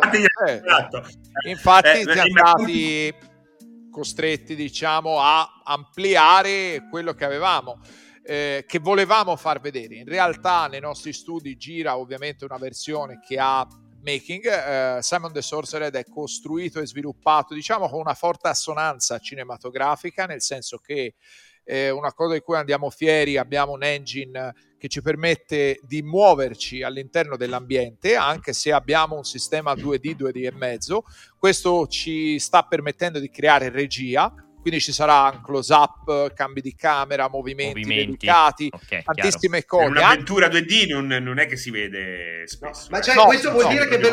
Infatti siamo stati costretti, diciamo, a ampliare quello che avevamo, che volevamo far vedere. In realtà nei nostri studi gira ovviamente una versione che ha making. Simon the Sorcerer è costruito e sviluppato, diciamo, con una forte assonanza cinematografica, nel senso che una cosa di cui andiamo fieri, abbiamo un engine che ci permette di muoverci all'interno dell'ambiente, anche se abbiamo un sistema 2D e mezzo. Questo ci sta permettendo di creare regia, quindi ci sarà un close-up, cambi di camera, movimenti delicati, tantissime cose. È un'avventura 2D, non è che si vede spesso. Ma questo vuol dire che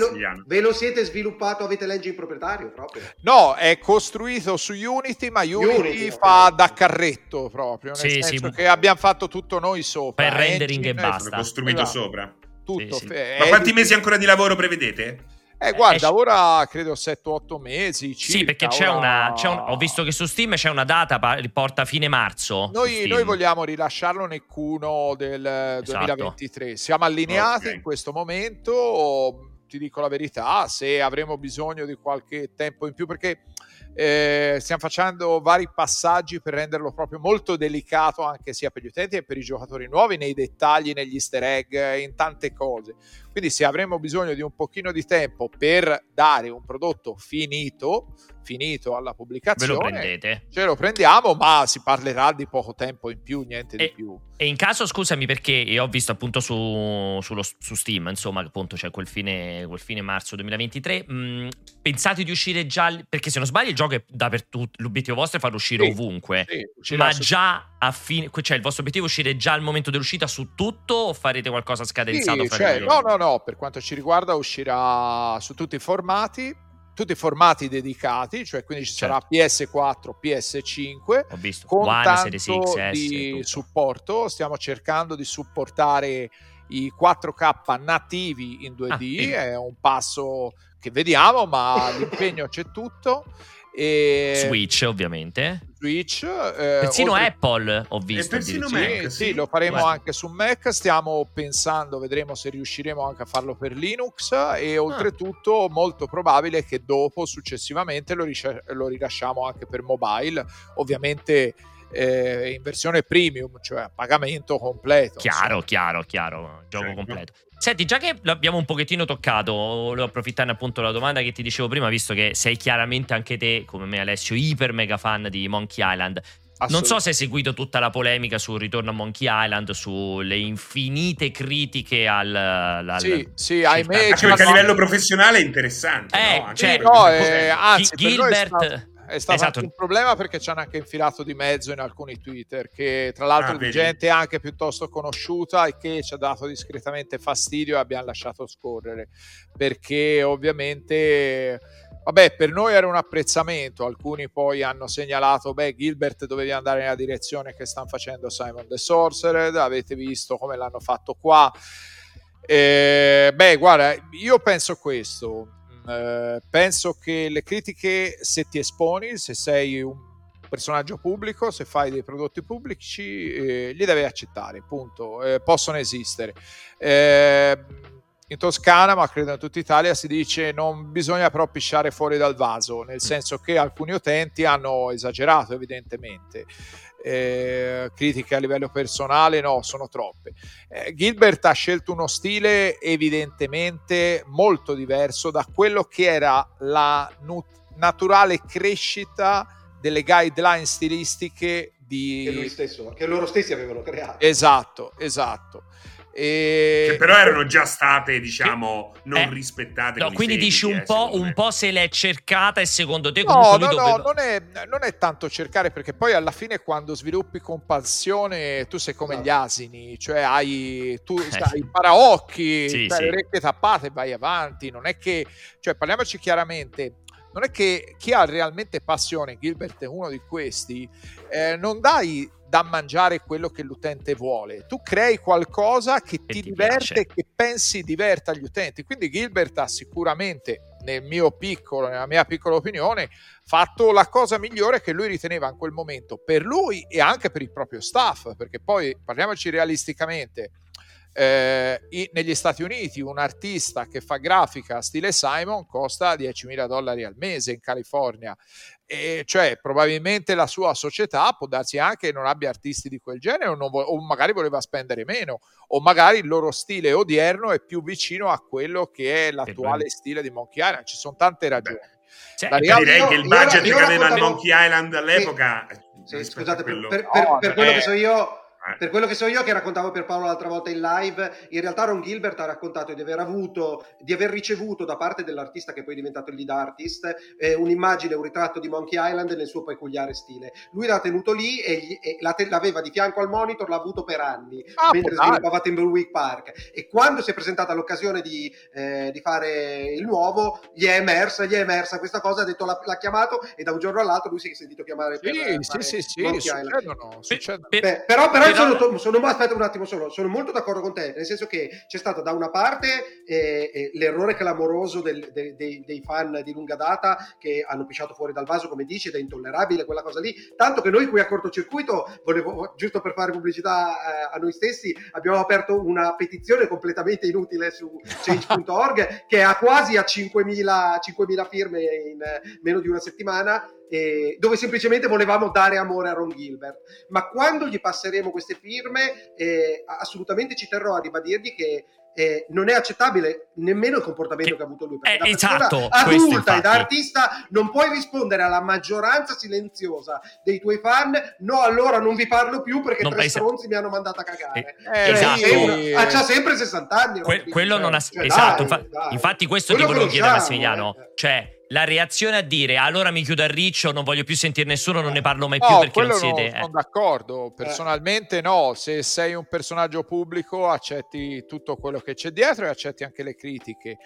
ve lo siete sviluppato, avete l'engine proprietario proprio? No, è costruito su Unity, ma Unity fa da carretto proprio, nel senso che abbiamo fatto tutto noi sopra. Per rendering e basta. Costruito sopra. Tutto. Ma quanti mesi ancora di lavoro prevedete? Guarda, ora credo 7-8 mesi circa. Sì, perché ho visto che su Steam c'è una data, riporta fine marzo. Noi vogliamo rilasciarlo nel Q1 del 2023. Siamo allineati in questo momento. Ti dico la verità, se avremo bisogno di qualche tempo in più, perché stiamo facendo vari passaggi per renderlo proprio molto delicato, anche sia per gli utenti che per i giocatori nuovi, nei dettagli, negli easter egg, in tante cose. Quindi se avremo bisogno di un pochino di tempo per dare un prodotto finito alla pubblicazione, ce lo prendiamo, ma si parlerà di poco tempo in più, niente di più. E in caso, scusami, perché io ho visto appunto su Steam, insomma, appunto c'è quel fine marzo 2023, pensate di uscire già, perché se non sbaglio il gioco è dappertutto, l'obiettivo vostro è farlo uscire ovunque, ma già a fine, cioè il vostro obiettivo è uscire già al momento dell'uscita su tutto, o farete qualcosa scadenzato? No, per quanto ci riguarda uscirà su tutti i formati dedicati, cioè quindi ci sarà PS4, PS5, ho visto con One, tanto Series XS, di supporto. Stiamo cercando di supportare i 4K nativi in 2D, è un passo che vediamo, ma l'impegno c'è tutto. Switch, ovviamente. Persino Apple, ho visto. E persino Mac, sì, lo faremo anche su Mac. Stiamo pensando, vedremo se riusciremo anche a farlo per Linux, e oltretutto molto probabile che dopo, successivamente, lo rilasciamo anche per mobile, ovviamente in versione premium, cioè a pagamento completo. Chiaro, gioco completo. Senti, già che l'abbiamo un pochettino toccato, volevo approfittare appunto della domanda che ti dicevo prima, visto che sei chiaramente anche te, come me Alessio, iper mega fan di Monkey Island. Non so se hai seguito tutta la polemica sul ritorno a Monkey Island, sulle infinite critiche sì, ahimè. Anche perché a livello professionale è interessante, no? Anzi, Gilbert è stato anche un problema, perché ci hanno anche infilato di mezzo in alcuni Twitter, che tra l'altro di gente anche piuttosto conosciuta, e che ci ha dato discretamente fastidio e abbiamo lasciato scorrere, perché ovviamente per noi era un apprezzamento. Alcuni poi hanno segnalato: Gilbert, dovevi andare nella direzione che stanno facendo Simon the Sorcerer, avete visto come l'hanno fatto qua. Guarda, io penso questo. Penso che le critiche, se ti esponi, se sei un personaggio pubblico, se fai dei prodotti pubblici, li devi accettare, punto. Possono esistere. In Toscana, ma credo in tutta Italia, si dice: non bisogna però pisciare fuori dal vaso, nel senso che alcuni utenti hanno esagerato, evidentemente. Critiche a livello personale sono troppe. Gilbert ha scelto uno stile evidentemente molto diverso da quello che era la naturale crescita delle guideline stilistiche che loro stessi avevano creato. Esatto. Che però erano già state, diciamo, non rispettate. No, quindi dici un po' se l'è cercata, e secondo te non è tanto cercare, perché poi alla fine, quando sviluppi con passione, tu sei come gli asini, cioè hai i paraocchi, le orecchie tappate e vai avanti. Non è che, cioè, parliamoci chiaramente, non è che chi ha realmente passione, Gilbert è uno di questi, non dai da mangiare quello che l'utente vuole, tu crei qualcosa che ti diverte, che pensi diverta gli utenti. Quindi Gilbert ha sicuramente, nella mia piccola opinione, fatto la cosa migliore che lui riteneva in quel momento per lui e anche per il proprio staff, perché poi parliamoci realisticamente, negli Stati Uniti un artista che fa grafica stile Simon costa $10,000 al mese in California, e cioè probabilmente la sua società può darsi anche non abbia artisti di quel genere, o magari voleva spendere meno, o magari il loro stile odierno è più vicino a quello che è l'attuale stile di Monkey Island. Ci sono tante ragioni. Direi che il budget che aveva il Monkey Island all'epoca, scusate, per quello che so io, per quello che so io, che raccontavo per Paolo l'altra volta in live, in realtà Ron Gilbert ha raccontato di aver ricevuto da parte dell'artista che poi è diventato il lead artist un'immagine, un ritratto di Monkey Island nel suo peculiare stile. Lui l'ha tenuto lì e l'aveva di fianco al monitor, l'ha avuto per anni mentre sviluppava Thimbleweed Park, e quando si è presentata l'occasione di fare il nuovo gli è emersa questa cosa, ha detto l'ha chiamato, e da un giorno all'altro lui si è sentito chiamare però aspetta un attimo solo, sono molto d'accordo con te, nel senso che c'è stato da una parte l'errore clamoroso dei fan di lunga data che hanno pisciato fuori dal vaso, come dici, ed è intollerabile quella cosa lì, tanto che noi qui a Cortocircuito, giusto per fare pubblicità a noi stessi, abbiamo aperto una petizione completamente inutile su change.org che ha quasi a 5.000 firme in meno di una settimana, dove semplicemente volevamo dare amore a Ron Gilbert. Ma quando gli passeremo queste firme, assolutamente ci terrò a ribadirgli che non è accettabile nemmeno il comportamento che ha avuto lui, perché da persona adulta e da artista non puoi rispondere alla maggioranza silenziosa dei tuoi fan: no, allora non vi parlo più perché non stronzi mi hanno mandato a cagare. C'ha sempre 60 anni. Quello non ha esatto, dai. Infatti questo ti volevo chiedere, Massimiliano, cioè la reazione a dire allora mi chiudo a riccio, non voglio più sentire nessuno, non ne parlo mai più perché non siete... sono d'accordo, personalmente no, se sei un personaggio pubblico accetti tutto quello che c'è dietro e accetti anche le critiche.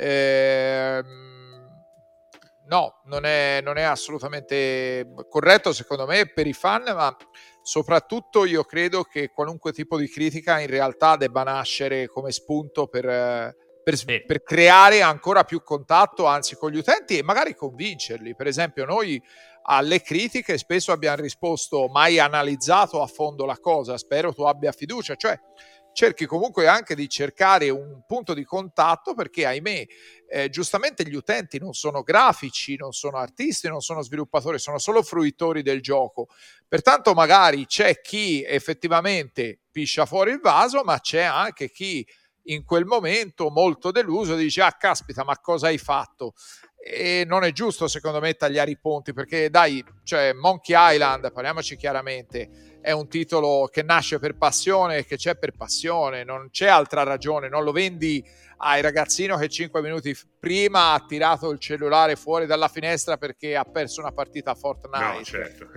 No, non è assolutamente corretto secondo me per i fan, ma soprattutto io credo che qualunque tipo di critica in realtà debba nascere come spunto per creare ancora più contatto, anzi, con gli utenti, e magari convincerli. Per esempio, noi alle critiche spesso abbiamo risposto: mai analizzato a fondo la cosa, spero tu abbia fiducia. Cioè cerchi comunque anche di cercare un punto di contatto, perché ahimè giustamente gli utenti non sono grafici, non sono artisti, non sono sviluppatori, sono solo fruitori del gioco. Pertanto magari c'è chi effettivamente piscia fuori il vaso, ma c'è anche chi in quel momento molto deluso dice: ah caspita, ma cosa hai fatto? E non è giusto secondo me tagliare i ponti, perché dai, cioè Monkey Island, parliamoci chiaramente, è un titolo che nasce per passione e che c'è per passione, non c'è altra ragione, non lo vendi ai ragazzino che 5 minuti prima ha tirato il cellulare fuori dalla finestra perché ha perso una partita a Fortnite. No, certo.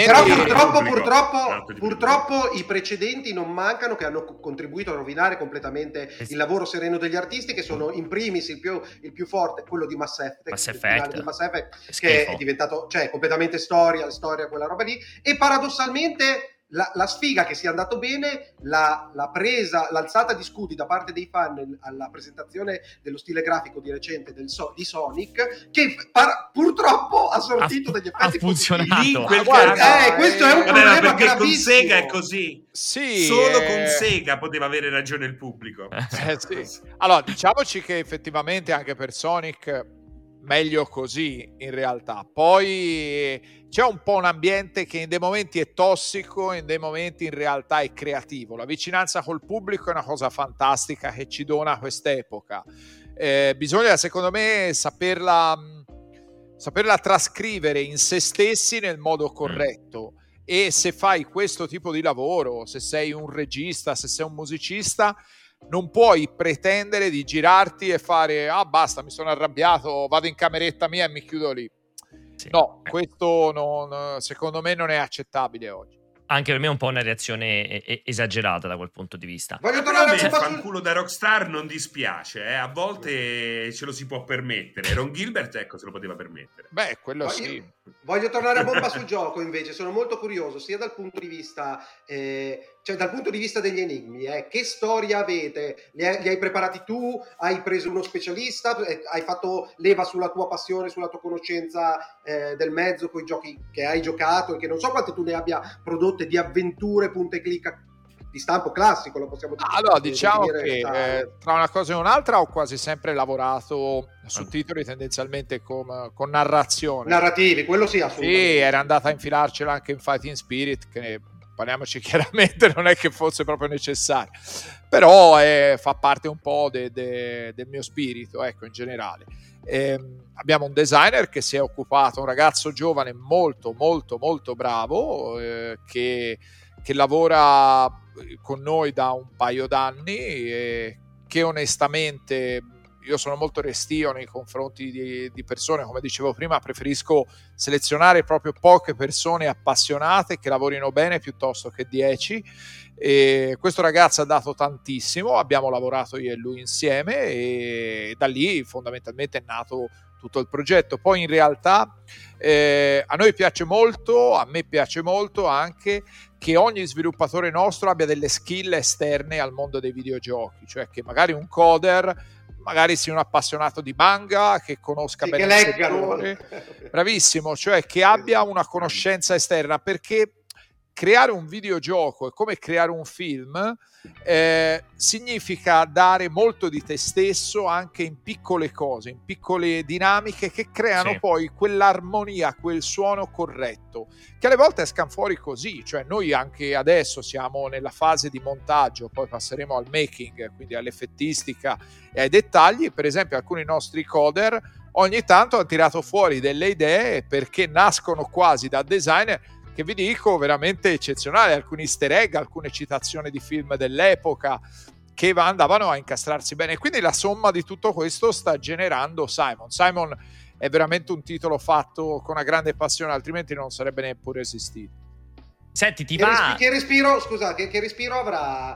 Però purtroppo i precedenti non mancano, che hanno contribuito a rovinare completamente il lavoro sereno degli artisti, che sono in primis il più forte, quello di Mass Effect, che è diventato, cioè, completamente storia quella roba lì, e paradossalmente la sfiga che sia andato bene, l'alzata di scudi da parte dei fan alla presentazione dello stile grafico di recente di Sonic, che purtroppo ha sortito degli effetti funzionato. Questo è un problema perché gravissimo. Con Sega è così. Sì, solo con Sega poteva avere ragione il pubblico. Sì. Allora, diciamoci che effettivamente anche per Sonic meglio così in realtà. Poi c'è un po' un ambiente che in dei momenti è tossico, in dei momenti in realtà è creativo. La vicinanza col pubblico è una cosa fantastica che ci dona quest'epoca. Bisogna secondo me saperla trascrivere in se stessi nel modo corretto. E se fai questo tipo di lavoro, se sei un regista, se sei un musicista, non puoi pretendere di girarti e fare basta, mi sono arrabbiato, vado in cameretta mia e mi chiudo lì. Sì. No, questo secondo me non è accettabile oggi. Anche per me è un po' una reazione esagerata da quel punto di vista. Voglio tornare a fanculo da Rockstar, non dispiace, a volte ce lo si può permettere. Ron Gilbert, ecco, se lo poteva permettere. Quello sì. Voglio tornare a bomba sul gioco, invece sono molto curioso sia dal punto di vista cioè dal punto di vista degli enigmi, che storia avete? Li hai preparati tu? Hai preso uno specialista? Hai fatto leva sulla tua passione, sulla tua conoscenza del mezzo, con i giochi che hai giocato, e che non so quante tu ne abbia prodotte di avventure punta e clicca di stampo classico, lo possiamo dire. Allora, diciamo che tra una cosa e un'altra ho quasi sempre lavorato su titoli tendenzialmente con narrazione. Narrativi, quello sì, assolutamente. Sì, era andata a infilarcela anche in Fighting Spirit, che parliamoci chiaramente non è che fosse proprio necessario, però fa parte un po' del mio spirito, ecco, in generale. Abbiamo un designer che si è occupato, un ragazzo giovane molto molto molto bravo, che lavora con noi da un paio d'anni, e che onestamente io sono molto restio nei confronti di persone, come dicevo prima, preferisco selezionare proprio poche persone appassionate che lavorino bene piuttosto che 10, e questo ragazzo ha dato tantissimo, abbiamo lavorato io e lui insieme, e da lì fondamentalmente è nato tutto il progetto. Poi in realtà a noi piace molto, a me piace molto anche che ogni sviluppatore nostro abbia delle skill esterne al mondo dei videogiochi, cioè che magari un coder magari sia un appassionato di manga, che conosca bene il settore, bravissimo, cioè che abbia una conoscenza esterna, perché creare un videogioco è come creare un film, significa dare molto di te stesso anche in piccole cose, in piccole dinamiche che creano poi quell'armonia, quel suono corretto, che alle volte escan fuori così. Cioè noi anche adesso siamo nella fase di montaggio, poi passeremo al making, quindi all'effettistica e ai dettagli. Per esempio alcuni nostri coder ogni tanto hanno tirato fuori delle idee, perché nascono quasi da designer che vi dico veramente eccezionali, alcuni easter egg, alcune citazioni di film dell'epoca che andavano a incastrarsi bene. Quindi la somma di tutto questo sta generando Simon. Simon è veramente un titolo fatto con una grande passione, altrimenti non sarebbe neppure esistito. Senti, che respiro avrà,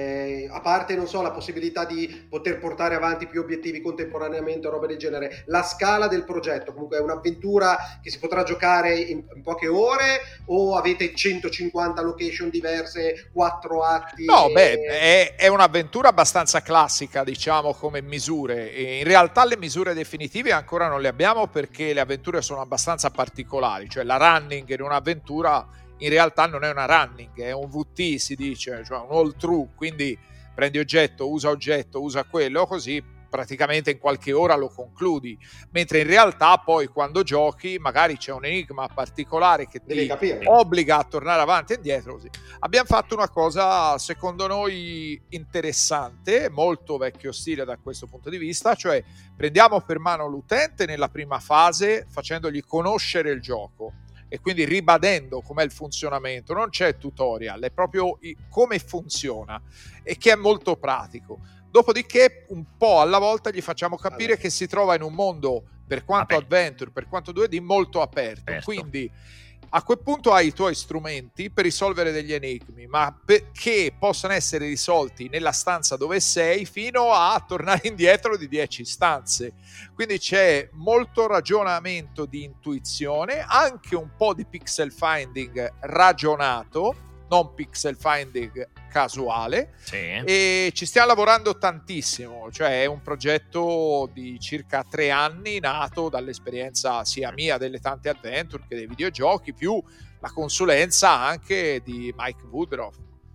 a parte, non so, la possibilità di poter portare avanti più obiettivi contemporaneamente o roba del genere, la scala del progetto? Comunque è un'avventura che si potrà giocare in poche ore, o avete 150 location diverse, 4 atti? No, è un'avventura abbastanza classica, diciamo, come misure, e in realtà le misure definitive ancora non le abbiamo, perché le avventure sono abbastanza particolari. Cioè la running in un'avventura in realtà non è una running, è un VT, si dice, cioè un all through, quindi prendi oggetto, usa quello, così praticamente in qualche ora lo concludi, mentre in realtà poi quando giochi magari c'è un enigma particolare che ti obbliga a tornare avanti e indietro, così. Abbiamo fatto una cosa secondo noi interessante, molto vecchio stile da questo punto di vista, cioè prendiamo per mano l'utente nella prima fase facendogli conoscere il gioco, e quindi ribadendo com'è il funzionamento. Non c'è tutorial, è proprio come funziona, e che è molto pratico. Dopodiché un po' alla volta gli facciamo capire che si trova in un mondo, per quanto adventure, per quanto 2D, molto aperto. Quindi a quel punto hai i tuoi strumenti per risolvere degli enigmi, ma che possano essere risolti nella stanza dove sei, fino a tornare indietro di 10 stanze. Quindi c'è molto ragionamento di intuizione, anche un po' di pixel finding ragionato, non pixel finding casuale, e ci stiamo lavorando tantissimo. Cioè è un progetto di circa 3 anni, nato dall'esperienza sia mia delle tante adventure che dei videogiochi, più la consulenza anche di Mike Woodruff.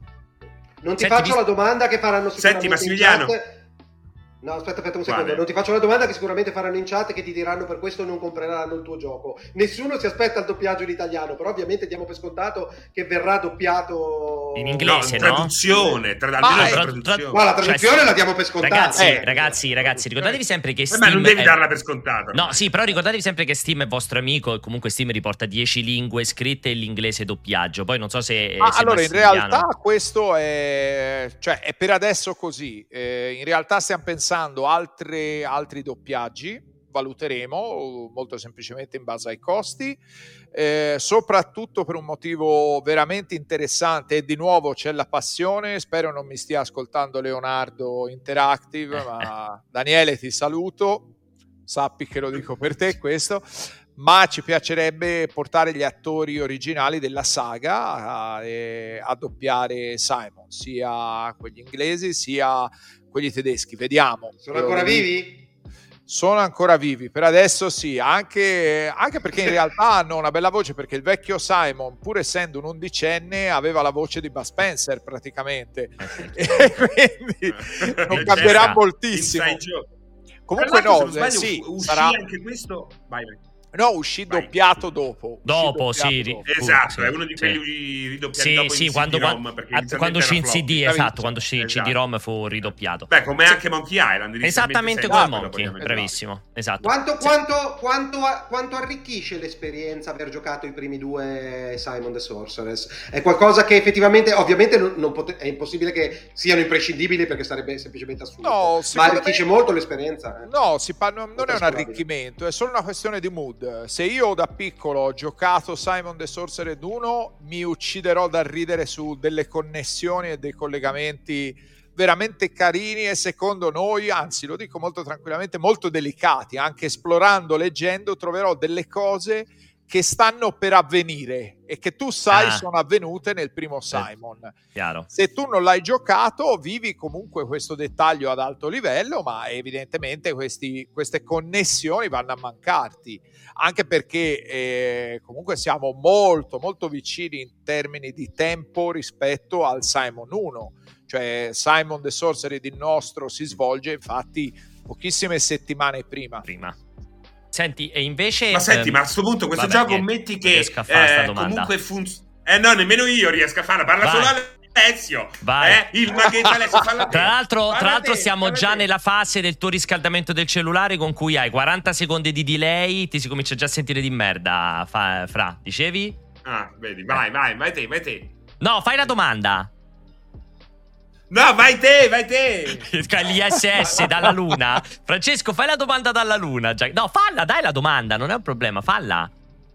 Non ti faccio la domanda che faranno sicuramente. Senti Massimiliano, no, aspetta un secondo. Non ti faccio la domanda che sicuramente faranno in chat, che ti diranno per questo non compreranno il tuo gioco. Nessuno si aspetta il doppiaggio in italiano, però ovviamente diamo per scontato che verrà doppiato in inglese, no? Traduzione, traduzione. No, la traduzione la diamo per scontata. Ragazzi, ricordatevi sempre che Steam, ma non devi darla per scontata. No, sì, però ricordatevi sempre che Steam è vostro amico, e comunque Steam riporta 10 lingue scritte e l'inglese doppiaggio. Poi non so se allora in realtà questo è per adesso così. In realtà stiamo pensando altri doppiaggi, valuteremo molto semplicemente in base ai costi, soprattutto per un motivo veramente interessante, e di nuovo c'è la passione. Spero non mi stia ascoltando Leonardo Interactive, ma Daniele ti saluto, sappi che lo dico per te questo, ma ci piacerebbe portare gli attori originali della saga a doppiare Simon, sia quelli inglesi sia quelli tedeschi. Vediamo. Sono ancora vivi? Sono ancora vivi, per adesso sì, anche perché in realtà hanno una bella voce, perché il vecchio Simon, pur essendo un undicenne, aveva la voce di Bud Spencer praticamente, e quindi non cambierà moltissimo. Comunque no, sì, sarà anche questo. Vai. No, uscì doppiato dopo. Esatto, è uno di quelli ridoppiati dopo in CD-ROM, quando uscì in CD, esatto, quando uscì in CD-ROM fu ridoppiato. Beh, come anche Monkey Island. Esattamente come Monkey, bravissimo. Esatto. Quanto arricchisce l'esperienza aver giocato i primi due Simon the Sorceress? È qualcosa che effettivamente, ovviamente è impossibile che siano imprescindibili, perché sarebbe semplicemente assurdo. No, ma arricchisce molto l'esperienza. No, non è un arricchimento, è solo una questione di mood. Se io da piccolo ho giocato Simon the Sorcerer 1, mi ucciderò da ridere su delle connessioni e dei collegamenti veramente carini e, secondo noi, anzi lo dico molto tranquillamente, molto delicati. Anche esplorando, leggendo, troverò delle cose che stanno per avvenire e che tu sai sono avvenute nel primo Simon. Chiaro. Se tu non l'hai giocato, vivi comunque questo dettaglio ad alto livello, ma evidentemente queste connessioni vanno a mancarti, anche perché comunque siamo molto molto vicini in termini di tempo rispetto al Simon 1. Cioè Simon the Sorcerer il nostro si svolge infatti pochissime settimane prima. Senti, e invece... Ma senti, ma a questo punto questo gioco metti che comunque funziona... no, nemmeno io riesco a farla, parla solo Alessio. Il maghetto Alessio, falla te. Tra l'altro siamo già nella fase del tuo riscaldamento del cellulare, con cui hai 40 secondi di delay, ti si comincia già a sentire di merda, Fra, dicevi? Ah, vedi, vai te. No, fai la domanda. No, vai te! Gli SS dalla luna. Francesco, fai la domanda dalla luna. No, falla, dai la domanda, non è un problema, falla.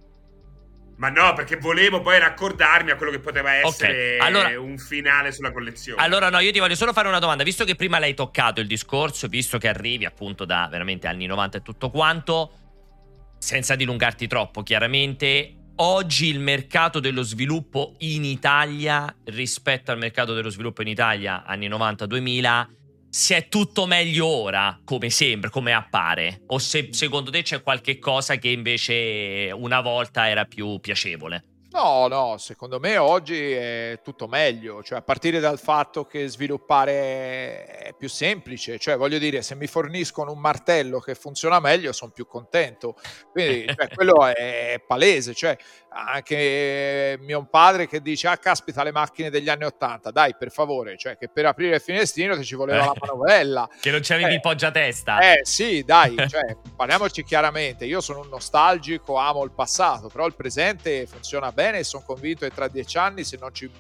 Ma no, perché volevo poi raccordarmi a quello che poteva essere un finale sulla collezione. Allora no, io ti voglio solo fare una domanda. Visto che prima l'hai toccato il discorso, visto che arrivi appunto da veramente anni 90 e tutto quanto, senza dilungarti troppo chiaramente, oggi il mercato dello sviluppo in Italia rispetto al mercato dello sviluppo in Italia anni 90-2000, se è tutto meglio ora, come sembra, come appare, o se secondo te c'è qualche cosa che invece una volta era più piacevole? No, secondo me oggi è tutto meglio, cioè a partire dal fatto che sviluppare è più semplice, cioè voglio dire, se mi forniscono un martello che funziona meglio sono più contento, quindi quello è palese, cioè anche mio padre che dice caspita le macchine degli anni 80, dai per favore, cioè che per aprire il finestrino ti ci voleva la manovella, che non c'avevi il poggiatesta. Sì, dai, cioè parliamoci chiaramente, io sono un nostalgico, amo il passato, però il presente funziona bene e sono convinto che tra 10 anni se non ci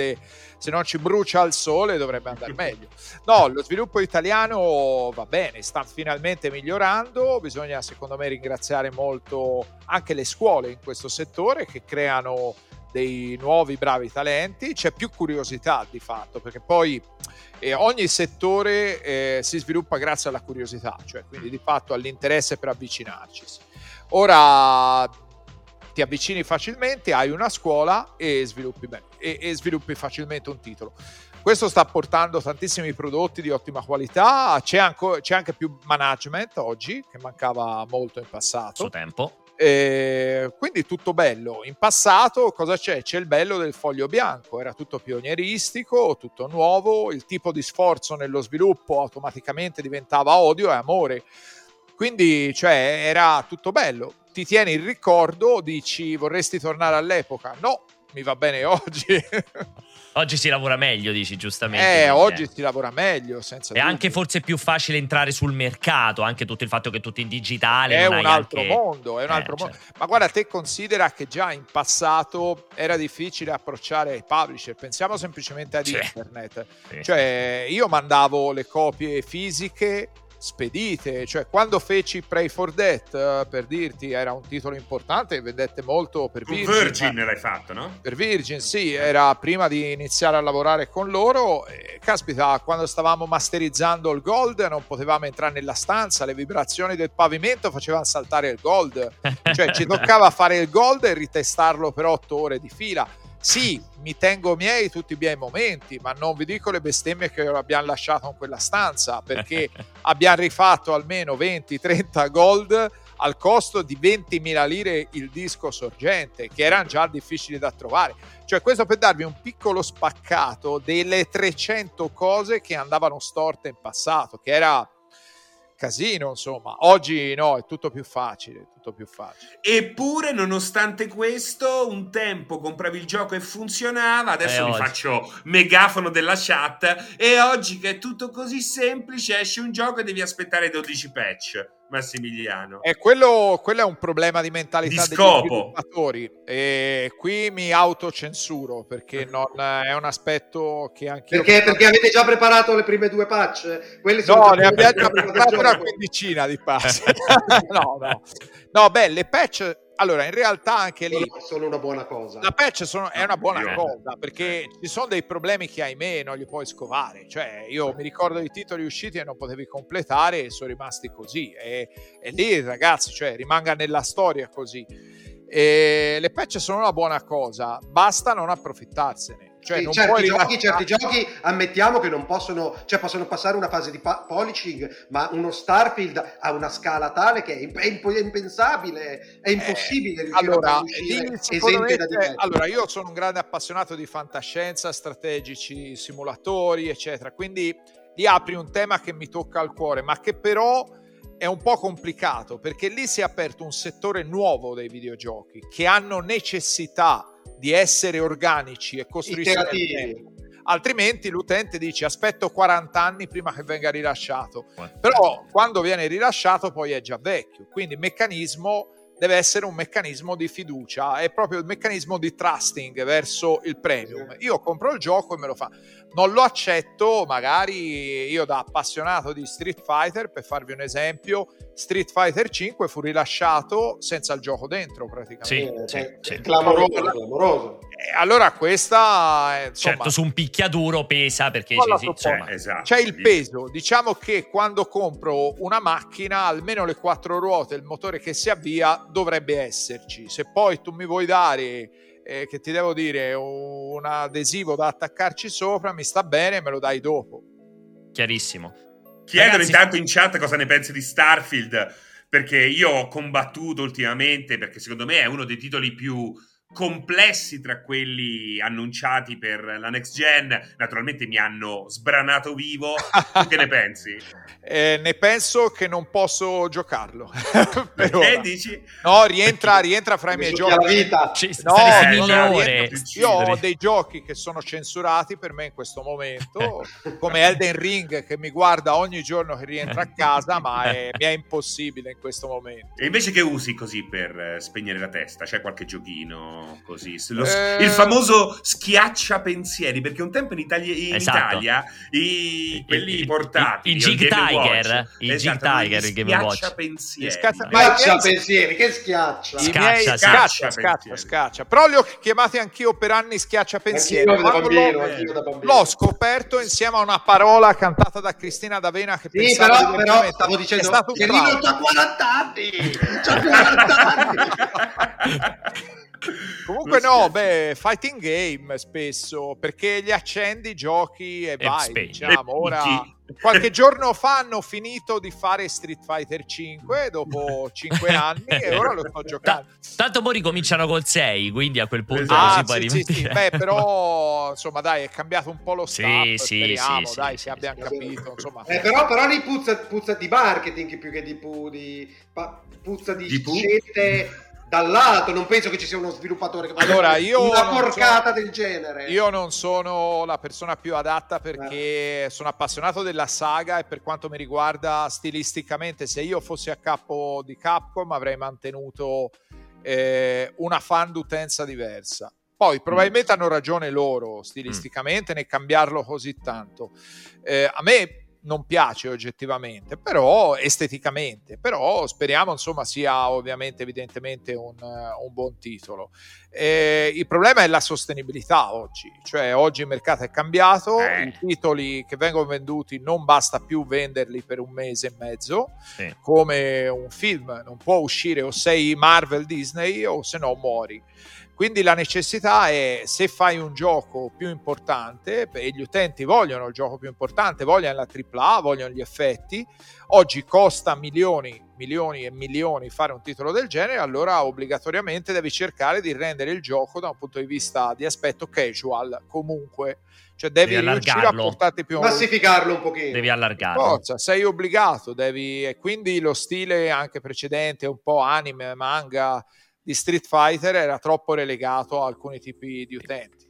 brucia il sole dovrebbe andare meglio. No, lo sviluppo italiano va bene, sta finalmente migliorando, bisogna secondo me ringraziare molto anche le scuole in questo settore che creano dei nuovi bravi talenti, c'è più curiosità di fatto, perché poi ogni settore si sviluppa grazie alla curiosità, cioè quindi di fatto all'interesse per avvicinarci. Ora ti avvicini facilmente, hai una scuola e sviluppi bene, e sviluppi facilmente un titolo. Questo sta portando tantissimi prodotti di ottima qualità, c'è anche più management oggi, che mancava molto in passato. Suo tempo. Quindi tutto bello. In passato cosa c'è? C'è il bello del foglio bianco, era tutto pionieristico, tutto nuovo, il tipo di sforzo nello sviluppo automaticamente diventava odio e amore, quindi cioè era tutto bello, ti tieni il ricordo, dici vorresti tornare all'epoca? No, mi va bene oggi. Oggi si lavora meglio, dici giustamente. Oggi si lavora meglio, senza dubbio. Anche forse più facile entrare sul mercato, anche tutto il fatto che tutto in digitale. È un altro mondo, è un altro mondo. Ma guarda, te considera che già in passato era difficile approcciare ai publisher, pensiamo semplicemente ad internet. Cioè io mandavo le copie fisiche spedite, cioè quando feci Pray for Death, per dirti, era un titolo importante, vendette molto per Virgin l'hai fatto, no? Per Virgin, sì, era prima di iniziare a lavorare con loro. Caspita, quando stavamo masterizzando il Gold non potevamo entrare nella stanza, le vibrazioni del pavimento facevano saltare il Gold, cioè ci toccava fare il Gold e ritestarlo per 8 ore di fila. Sì, mi tengo tutti i miei momenti, ma non vi dico le bestemmie che abbiamo lasciato in quella stanza, perché abbiamo rifatto almeno 20-30 Gold al costo di 20.000 lire il disco sorgente, che erano già difficili da trovare. Cioè, questo per darvi un piccolo spaccato delle 300 cose che andavano storte in passato, che era casino, insomma. Oggi no, è tutto più facile. Eppure, nonostante questo, un tempo compravi il gioco e funzionava, adesso mi faccio megafono della chat, e oggi che è tutto così semplice esce un gioco e devi aspettare 12 patch, Massimiliano. E quello è un problema di mentalità degli sviluppatori, e qui mi autocensuro perché non è un aspetto che anch'io... Perché avete già preparato le prime 2 patch? No, ne abbiamo già preparato una quindicina di patch. No, beh, le patch, allora in realtà anche lì sono una buona cosa. La patch è una buona cosa, perché ci sono dei problemi che ahimè non li puoi scovare. Cioè, io mi ricordo di titoli usciti e non potevi completare e sono rimasti così, e lì ragazzi, cioè, rimanga nella storia così. E le patch sono una buona cosa, basta non approfittarsene. Cioè, non certi giochi ammettiamo che non possono, cioè possono passare una fase di polishing, ma uno Starfield ha una scala tale che è impensabile, è impossibile riuscire a uscire esente da difetti. Allora, io sono un grande appassionato di fantascienza, strategici, simulatori, eccetera, quindi lì apri un tema che mi tocca al cuore, ma che però è un po' complicato, perché lì si è aperto un settore nuovo dei videogiochi che hanno necessità di essere organici e costruirsi nel tempo. Altrimenti l'utente dice aspetto 40 anni prima che venga rilasciato, però quando viene rilasciato poi è già vecchio, quindi il meccanismo deve essere un meccanismo di fiducia, è proprio il meccanismo di trusting verso il premium. Io compro il gioco e me lo fa. Non lo accetto, magari io da appassionato di Street Fighter, per farvi un esempio, Street Fighter 5 fu rilasciato senza il gioco dentro praticamente. Sì. Clamoroso. Allora questa insomma, certo, su un picchiaduro pesa, perché esatto, c'è il peso. Diciamo che quando compro una macchina, almeno le 4 ruote, il motore che si avvia dovrebbe esserci. Se poi tu mi vuoi dare che ti devo dire un adesivo da attaccarci sopra, mi sta bene, me lo dai dopo. Chiarissimo. Chiedono intanto in chat cosa ne pensi di Starfield, perché io ho combattuto ultimamente, perché secondo me è uno dei titoli più complessi tra quelli annunciati per la next gen. Naturalmente mi hanno sbranato vivo. Tu che ne pensi? Ne penso che non posso giocarlo. Perché dici? No, rientra fra i miei giochi. La vita. Io ho dei giochi che sono censurati per me in questo momento, come Elden Ring, che mi guarda ogni giorno che rientra a casa, ma mi è impossibile in questo momento. E invece che usi così per spegnere la testa? C'è qualche giochino così? Il famoso schiacciapensieri, perché un tempo in Italia quelli portati, il Jig Tiger, Jig Tiger, il Game Watch. Schiacciapensieri, che schiaccia? Scaccia. Però li ho chiamati anch'io per anni schiacciapensieri. Anch'io da bambino. L'ho scoperto insieme a una parola cantata da Cristina D'Avena che pensavo però stavo dicendo che Rino c'ha 40 anni. Comunque fighting game spesso, perché li accendi, giochi e vai, diciamo. Ora qualche giorno fa hanno finito di fare Street Fighter 5 dopo 5 anni e ora lo sto giocando. Tanto poi ricominciano col 6, quindi a quel punto si può rimettere. Beh, però insomma dai, è cambiato un po' lo staff, speriamo, se abbiamo capito, insomma. Però lì puzza di marketing più che puzza di scelte dal lato. Non penso che ci sia uno sviluppatore che una porcata del genere. Io non sono la persona più adatta, perché sono appassionato della saga e per quanto mi riguarda stilisticamente, se io fossi a capo di Capcom avrei mantenuto una fan d'utenza diversa. Poi probabilmente hanno ragione loro stilisticamente nel cambiarlo così tanto. A me non piace oggettivamente, però esteticamente, però speriamo insomma sia ovviamente evidentemente un buon titolo. Il problema è la sostenibilità oggi, cioè oggi il mercato è cambiato, i titoli che vengono venduti non basta più venderli per un mese e mezzo, come un film non può uscire o sei Marvel Disney o se no muori. Quindi la necessità è, se fai un gioco più importante, e gli utenti vogliono il gioco più importante, vogliono la AAA, vogliono gli effetti, oggi costa milioni e milioni fare un titolo del genere, allora obbligatoriamente devi cercare di rendere il gioco da un punto di vista di aspetto casual, comunque. Cioè devi riuscire a portarti più... massificarlo un pochino. Devi allargarlo. Forza, sei obbligato, e quindi lo stile anche precedente, un po' anime, manga... di Street Fighter era troppo relegato a alcuni tipi di utenti.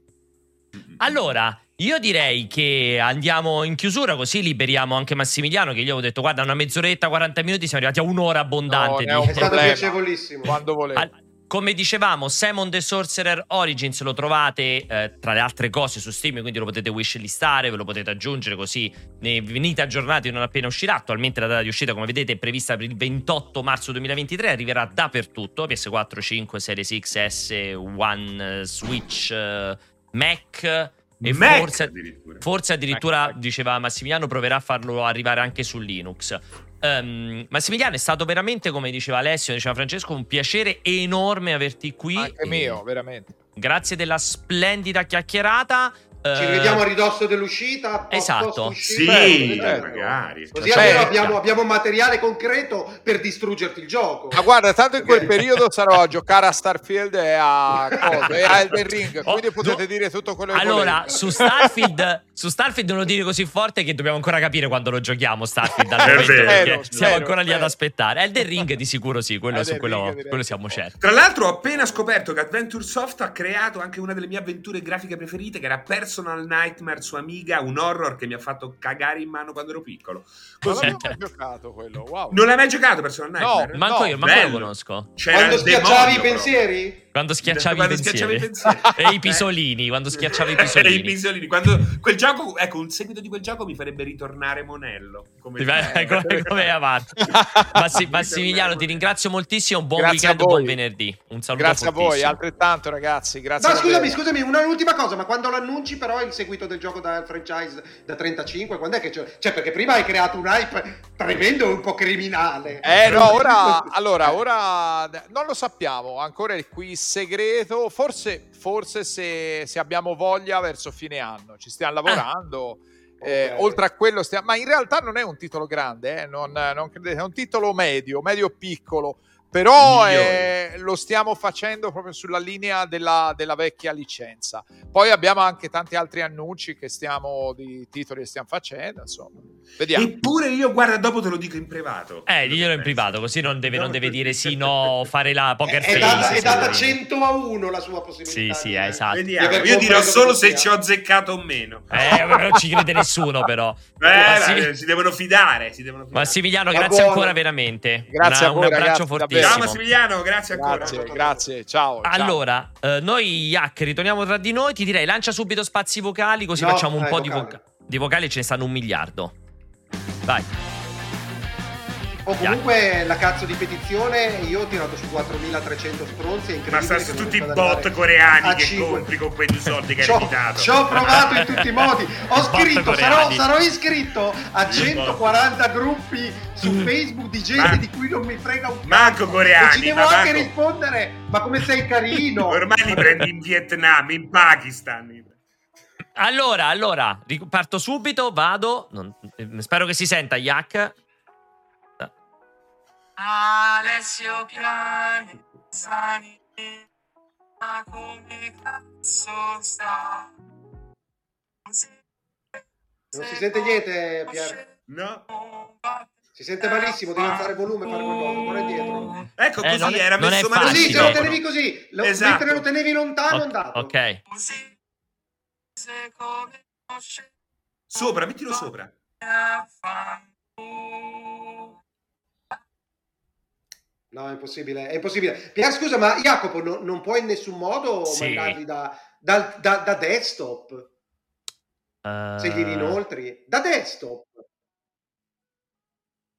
Allora, io direi che andiamo in chiusura, così liberiamo anche Massimiliano, che gli avevo detto guarda, una mezz'oretta, 40 minuti, siamo arrivati a un'ora abbondante. No, è stato piacevolissimo. Quando volete. Come dicevamo, Simon the Sorcerer Origins lo trovate tra le altre cose su Steam, quindi lo potete wishlistare, ve lo potete aggiungere, così ne venite aggiornati non appena uscirà. Attualmente la data di uscita, come vedete, è prevista per il 28 marzo 2023, arriverà dappertutto, PS4, 5, Series XS, One, Switch, Mac e forse addirittura, diceva Massimiliano, proverà a farlo arrivare anche su Linux. Massimiliano, è stato veramente, come diceva Alessio, diceva Francesco, un piacere enorme averti qui. Anche mio, veramente. Grazie della splendida chiacchierata. Ci rivediamo a ridosso dell'uscita. Esatto. Sì, magari. Così almeno abbiamo materiale concreto per distruggerti il gioco. Ma guarda, tanto in quel periodo sarò a giocare a Starfield e a Elden Ring, quindi potete dire tutto quello che volete. Allora, su Starfield non lo dire così forte, che dobbiamo ancora capire quando lo giochiamo Starfield, al momento, perché siamo ancora lì ad aspettare. Elden Ring di sicuro sì, quello siamo certi. Tra l'altro ho appena scoperto che Adventure Soft ha creato anche una delle mie avventure grafiche preferite, che era Personal Nightmare su Amiga, un horror che mi ha fatto cagare in mano quando ero piccolo. Non l'ho mai giocato quello, wow. Non l'hai mai giocato Personal Nightmare? No, manco io lo conosco. Quando schiacciavi i pensieri? Quando schiacciavi i pensieri e i pisolini, quando schiacciavi i pisolini. Quando quel gioco, ecco, un seguito di quel gioco mi farebbe ritornare Monello. Come avanti. Massimiliano, ti ringrazio moltissimo, buon weekend, buon venerdì. Un saluto grazie fortissimo. A voi, altrettanto ragazzi, grazie. No, scusami, un'ultima cosa, ma quando l'annunci però il seguito del gioco dal franchise da 35, quando è che c'è? Cioè, perché prima hai creato un hype tremendo e un po' criminale. No, ora non lo sappiamo, ancora è qui segreto, forse se abbiamo voglia verso fine anno, ci stiamo lavorando. Okay. Oltre a quello ma in realtà non è un titolo grande, non credete, è un titolo medio piccolo, però lo stiamo facendo proprio sulla linea della vecchia licenza. Poi abbiamo anche tanti altri annunci di titoli che stiamo facendo, insomma. Vediamo. Eppure io, guarda, dopo te lo dico in privato. Diglielo in privato, così non deve dire sì, no, fare la poker face. È data 100-1 la sua possibilità. Sì, esatto. Vediamo. Io dirò solo se ci ho azzeccato o meno. Non ci crede nessuno, però. Si devono fidare. Massimiliano, grazie ancora veramente. Grazie a voi, un abbraccio ragazzi, fortissimo. Ciao Massimiliano, grazie ancora. Grazie, ciao. Allora, noi Yak ritorniamo tra di noi, ti direi lancia subito spazi vocali, così facciamo un po' di vocali, ce ne stanno 1 miliardo. Vai. O comunque la cazzo di petizione, io ho tirato su 4.300 stronzi, è incredibile. Ma sta su tutti i bot coreani che compri con quei 2 soldi che hai ereditato. Ci ho provato in tutti i modi. Ho scritto, sarò iscritto a 140 gruppi su Facebook di gente di cui non mi frega un cazzo. Manco coreani. E ci devo anche rispondere, ma come sei carino. Ormai li prendi in Vietnam, in Pakistan. Allora, parto subito, vado. Spero che si senta, Yak. Alessio Piani, Sani, ma come cazzo sta? Non si sente niente, Pier. No. Si sente malissimo, devi alzare volume, fare qualcosa, ancora indietro. Ecco, così era messo male. Così, se lo tenevi così, esatto. Mentre lo tenevi lontano, è andato. Ok. Sopra, mettilo sopra. No, è impossibile. Pier, scusa, ma Jacopo non puoi in nessun modo mandarli da desktop? Se glieli inoltri? Da desktop?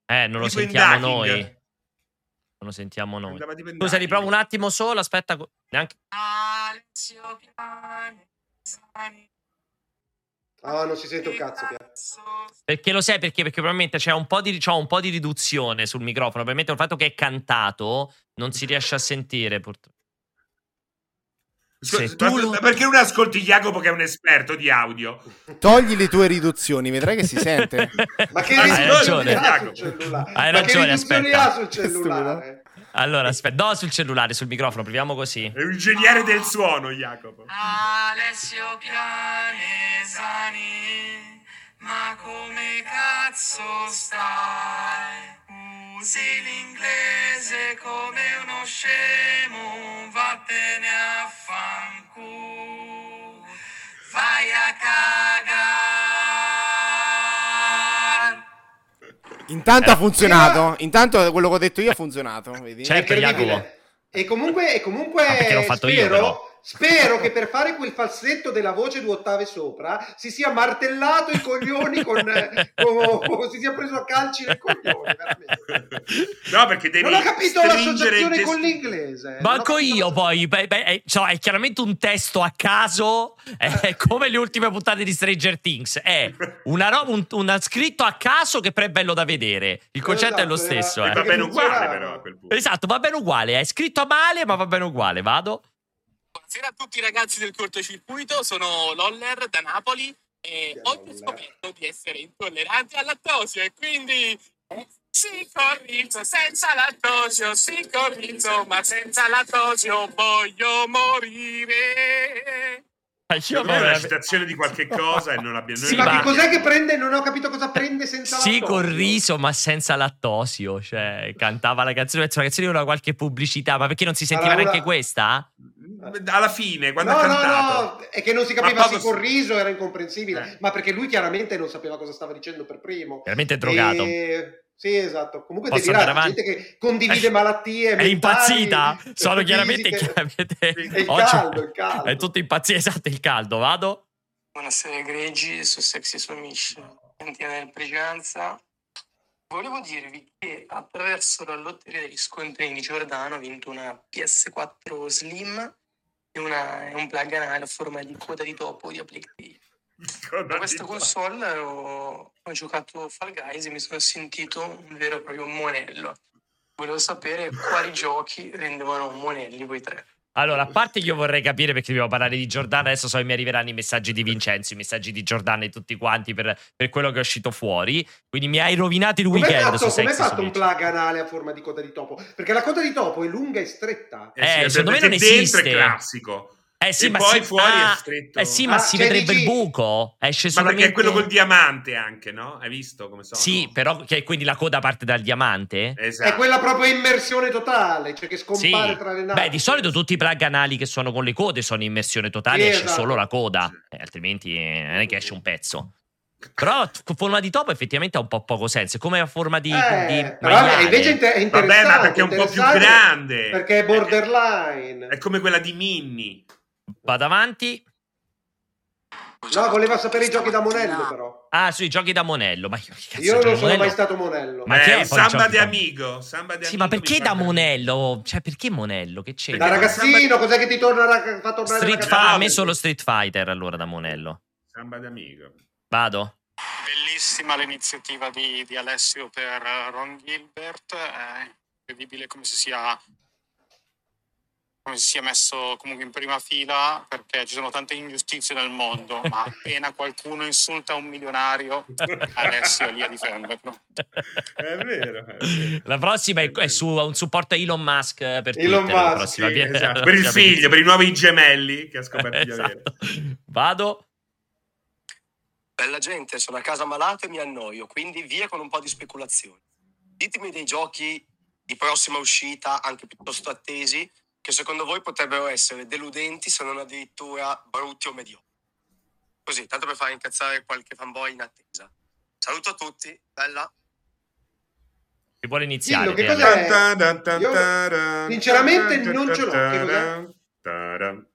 Non lo Tipo sentiamo in noi. Ducking. Non lo sentiamo noi. Andava tipo in Scusa, Ducking. riprovo un attimo solo, aspetta. Neanche... Alessio Pianesani. Non si sente un cazzo. Perché lo sai perché? Perché probabilmente c'è un po' di riduzione sul microfono. Probabilmente il fatto che è cantato non si riesce a sentire, purtroppo. Perché non ascolti Jacopo che è un esperto di audio? Togli le tue riduzioni, vedrai che si sente. Ma che Hai ragione. Hai ragione, aspetta. Sul cellulare? Allora, aspetta, no, sul cellulare, sul microfono, proviamo così. È un ingegnere del suono, Jacopo. Alessio Pianesani, ma come cazzo stai? Usi l'inglese come uno scemo, vattene a fanculo, vai a cagare. Intanto ha funzionato. Intanto quello che ho detto io ha funzionato. Vedi? Certo, Jacopo. E comunque perché l'ho fatto io, però. Spero che per fare quel falsetto della voce 2 ottave sopra si sia martellato i coglioni si sia preso a calci nei coglioni, veramente. No, perché devi non ho capito l'associazione il con l'inglese. Manco io poi. È chiaramente un testo a caso. È come le ultime puntate di Stranger Things. È una roba, un scritto a caso che però è bello da vedere. Il concetto è lo stesso. Va bene uguale, però, a quel punto. Esatto, va bene uguale. È scritto male, ma va bene uguale. Vado. Buonasera a tutti i ragazzi del cortocircuito, sono Loller da Napoli e oggi ho scoperto di essere intollerante al lattosio e quindi sì corrizzo senza lattosio, sì corrizzo ma senza lattosio voglio morire. Io avevo una citazione di qualche cosa e non l'abbiamo. Sì, ma che cos'è che prende? Non ho capito cosa prende senza lattosio. Sì, col riso, ma senza lattosio. Cioè, cantava la canzone, penso la canzone di una qualche pubblicità. Ma perché non si sentiva neanche questa? Alla fine, quando ha cantato. No, è che non si capiva se col riso era incomprensibile. Ma perché lui chiaramente non sapeva cosa stava dicendo per primo. Veramente drogato. Sì, esatto. Comunque Posso delirati, andare gente che condivide malattie mentali, è impazzita. Sono fisiche. chiaramente È il caldo. È tutto impazzito, esatto, il caldo. Vado. Buonasera egregi, su Sexy Submission, Antina del Briganza. Volevo dirvi che attraverso la lotteria degli scontrini di Giordano ho vinto una PS4 Slim e un plug anale a forma di coda di topo di Applic. Da questa console ho giocato Fall Guys e mi sono sentito un vero e proprio monello. Volevo sapere quali giochi rendevano monelli voi tre. Allora, a parte io vorrei capire, perché dobbiamo parlare di Giordano, adesso so che mi arriveranno i messaggi di Vincenzo, i messaggi di Giordano e tutti quanti per quello che è uscito fuori, quindi mi hai rovinato il weekend su Sexy. Come hai fatto un plug anale a forma di coda di topo? Perché la coda di topo è lunga e stretta. Secondo me non esiste. È classico. Sì, e ma poi fuori è stretto. Sì, ma si vedrebbe il buco. Esce ma solamente... perché è quello col diamante anche, no? Hai visto come sono? Sì, però quindi la coda parte dal diamante? Esatto. È quella proprio immersione totale, cioè che scompare tra le navi. Beh, di solito tutti i plug anali che sono con le code sono immersione totale, esce solo la coda, altrimenti non è che esce un pezzo. Però forma di topo effettivamente ha un po' poco senso, è come a forma di però invece è interessante. Vabbè, ma perché è un po' più grande. Perché è borderline. È come quella di Minnie. Vado avanti. No, voleva sapere i giochi da monello, però. Ah, sui giochi da monello. Ma io non sono mai stato monello. Ma che è Samba de Amigo? Sì, ma perché da monello? Cioè, perché monello? Che c'è? Da ragazzino, cos'è che ti fa tornare? A me solo Street Fighter, allora, da monello. Samba de Amigo. Vado. Bellissima l'iniziativa di Alessio per Ron Gilbert. È incredibile come si sia messo comunque in prima fila, perché ci sono tante ingiustizie nel mondo, ma appena qualcuno insulta un milionario, Alessio è lì a difenderlo. È vero. La prossima è su un supporto a Elon Musk per Elon Twitter. Musk, Sì, esatto. Per il figlio, per i nuovi gemelli che ha scoperto di avere. Vado. Bella gente, sono a casa malato e mi annoio, quindi via con un po' di speculazioni. Ditemi dei giochi di prossima uscita, anche piuttosto attesi, che secondo voi potrebbero essere deludenti se non addirittura brutti o mediocri. Così, tanto per far incazzare qualche fanboy in attesa. Saluto a tutti, bella. Chi vuole iniziare? Dillo, che cos'è? Io, sinceramente non ce l'ho. Che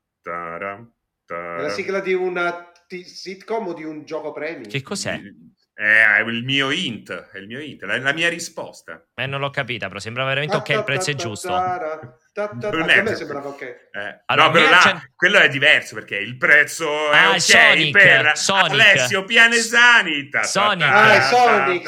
cos'è? È la sigla di una sitcom o di un gioco premi? Che cos'è? È il mio hint, la mia risposta. Non l'ho capita, però sembrava veramente ok, il prezzo è giusto. Non a me sembrava ok. Allora, no, però quello è diverso perché il prezzo è ok Sonic, per Sonic. Alessio Pianesani. Sonic.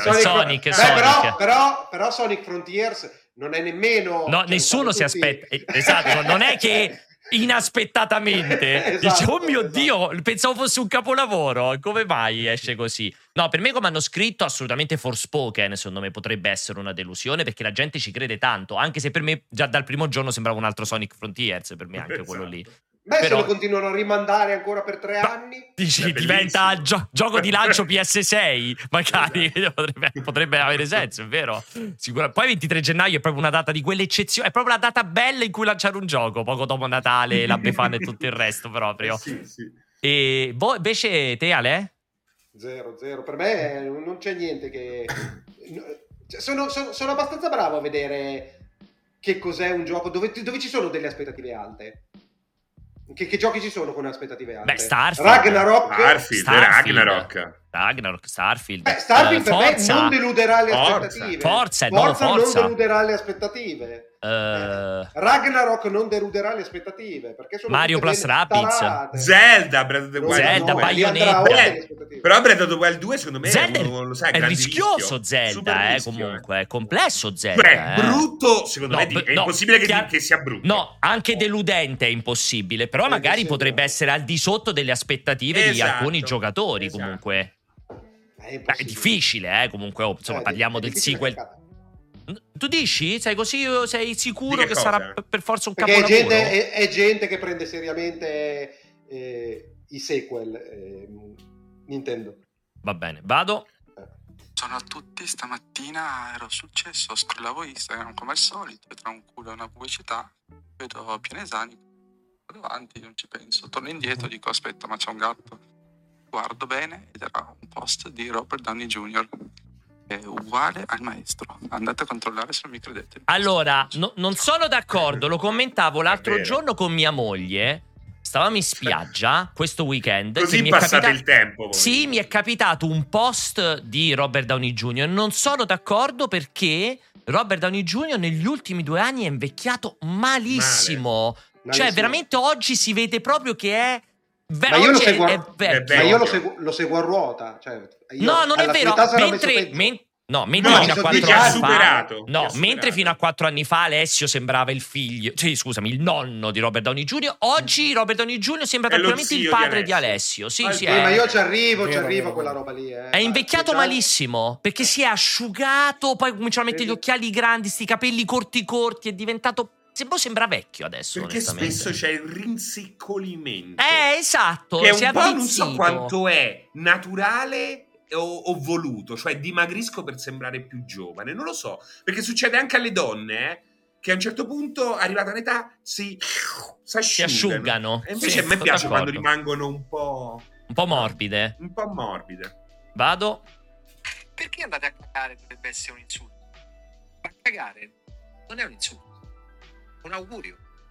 Però Sonic Frontiers non è nemmeno... No, nessuno si aspetta. Esatto, non è che inaspettatamente dice oh mio Dio, pensavo fosse un capolavoro, come mai esce così? No, per me come hanno scritto assolutamente Forspoken secondo me potrebbe essere una delusione perché la gente ci crede tanto, anche se per me già dal primo giorno sembrava un altro Sonic Frontiers, per me anche quello lì. Beh, però, se lo continuano a rimandare ancora per 3 anni... Dici, diventa gioco di lancio PS6, magari potrebbe avere senso, è vero? Sicuramente. Poi 23 gennaio è proprio una data di quelle eccezioni, è proprio la data bella in cui lanciare un gioco, poco dopo Natale, la Befana e tutto il resto proprio. Sì. E voi invece, te Ale? Zero. Per me non c'è niente che... Sono abbastanza bravo a vedere che cos'è un gioco dove ci sono delle aspettative alte. Che giochi ci sono con aspettative alte? Beh, Starfield. Starfield. Starfield per me non deluderà le aspettative. Forza non deluderà le aspettative. Ragnarok non deluderà le aspettative perché sono Mario plus Rabbids, Zelda, Breath of the Wild, Bayonetta. Però Breath of the Wild 2 secondo me Zelda lo sai, è rischioso Zelda, comunque è complesso Zelda. Beh, brutto secondo me è impossibile che sia brutto. No, anche deludente è impossibile, però magari potrebbe essere al di sotto delle aspettative di alcuni giocatori comunque. È difficile, comunque insomma parliamo del sequel. Tu dici? Sei sicuro che sarà per forza un capolavoro? Perché è gente che prende seriamente i sequel Nintendo. Va bene, vado. Ciao a tutti, stamattina ero sul cesso, scrollavo Instagram come al solito e tra un culo e una pubblicità vedo Pianesani, vado avanti, non ci penso, torno indietro, dico aspetta ma c'è un gatto, guardo bene ed era un post di Robert Downey Jr. È uguale al maestro. Andate a controllare se non mi credete. Allora, non sono d'accordo. Lo commentavo l'altro giorno con mia moglie. Stavamo in spiaggia questo weekend. Così passate il tempo. Sì, mi è capitato un post di Robert Downey Jr. Non sono d'accordo perché Robert Downey Jr. negli ultimi 2 anni è invecchiato malissimo. Cioè, veramente oggi si vede proprio che è... Ma io lo seguo a ruota. Cioè, no, non è vero. Mentre fino a 4 anni fa Alessio sembrava il figlio, il nonno di Robert Downey Jr. Oggi Robert Downey Jr. sembra tranquillamente il padre di Alessio. Ma io ci arrivo a quella roba lì. È invecchiato malissimo perché si è asciugato, poi cominciano a mettere gli occhiali grandi, sti capelli corti, è diventato... Sembra vecchio adesso. Perché spesso c'è il rinseccolimento. Esatto. Che è un po' non so quanto è naturale o voluto. Cioè dimagrisco per sembrare più giovane. Non lo so. Perché succede anche alle donne, che a un certo punto, arrivata un'età, si asciugano. E invece a me piace quando rimangono un po' morbide. Un po' morbide. Vado. Perché andate a cagare dovrebbe essere un insulto? Ma cagare non è un insulto. Un augurio.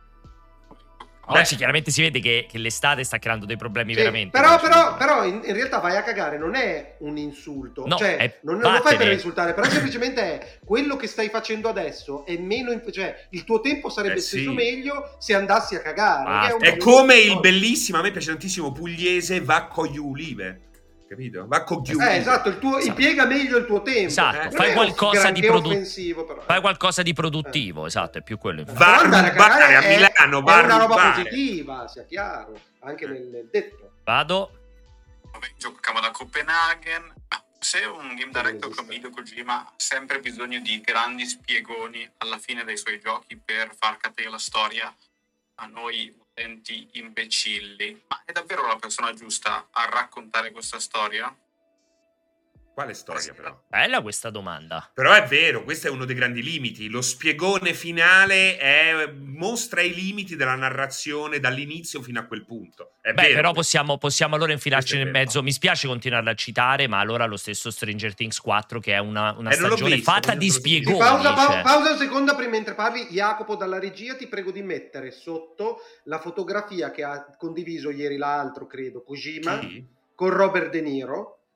Oggi chiaramente si vede che l'estate sta creando dei problemi veramente. Però in realtà vai a cagare non è un insulto. No, cioè, non lo fai per insultare, però semplicemente è quello che stai facendo adesso è meno. Cioè, il tuo tempo sarebbe speso meglio se andassi a cagare. È come il bellissimo, a me piace tantissimo, pugliese va con gli ulive. Capito? Va con chiunque. Esatto, impiega meglio il tuo tempo. Esatto, fai qualcosa di produttivo. Fai qualcosa di produttivo, esatto, è più quello. Va a rubare a Milano, va a una roba rubare. Positiva, sia chiaro, anche nel detto. Vado. Giochiamo da Copenaghen. Se un game director come Hideo Kojima ha sempre bisogno di grandi spiegoni alla fine dei suoi giochi per far capire la storia a noi utenti imbecilli, ma è davvero la persona giusta a raccontare questa storia? Quale storia però? Bella questa domanda. Però è vero, questo è uno dei grandi limiti. Lo spiegone finale mostra i limiti della narrazione dall'inizio fino a quel punto. È vero, però possiamo allora infilarci nel mezzo. Mi spiace continuarla a citare, ma allora lo stesso Stranger Things 4, che è una stagione fatta di spiegoni. Pausa un secondo mentre parli. Jacopo, dalla regia ti prego di mettere sotto la fotografia che ha condiviso ieri l'altro, credo, Kojima, con Robert De Niro.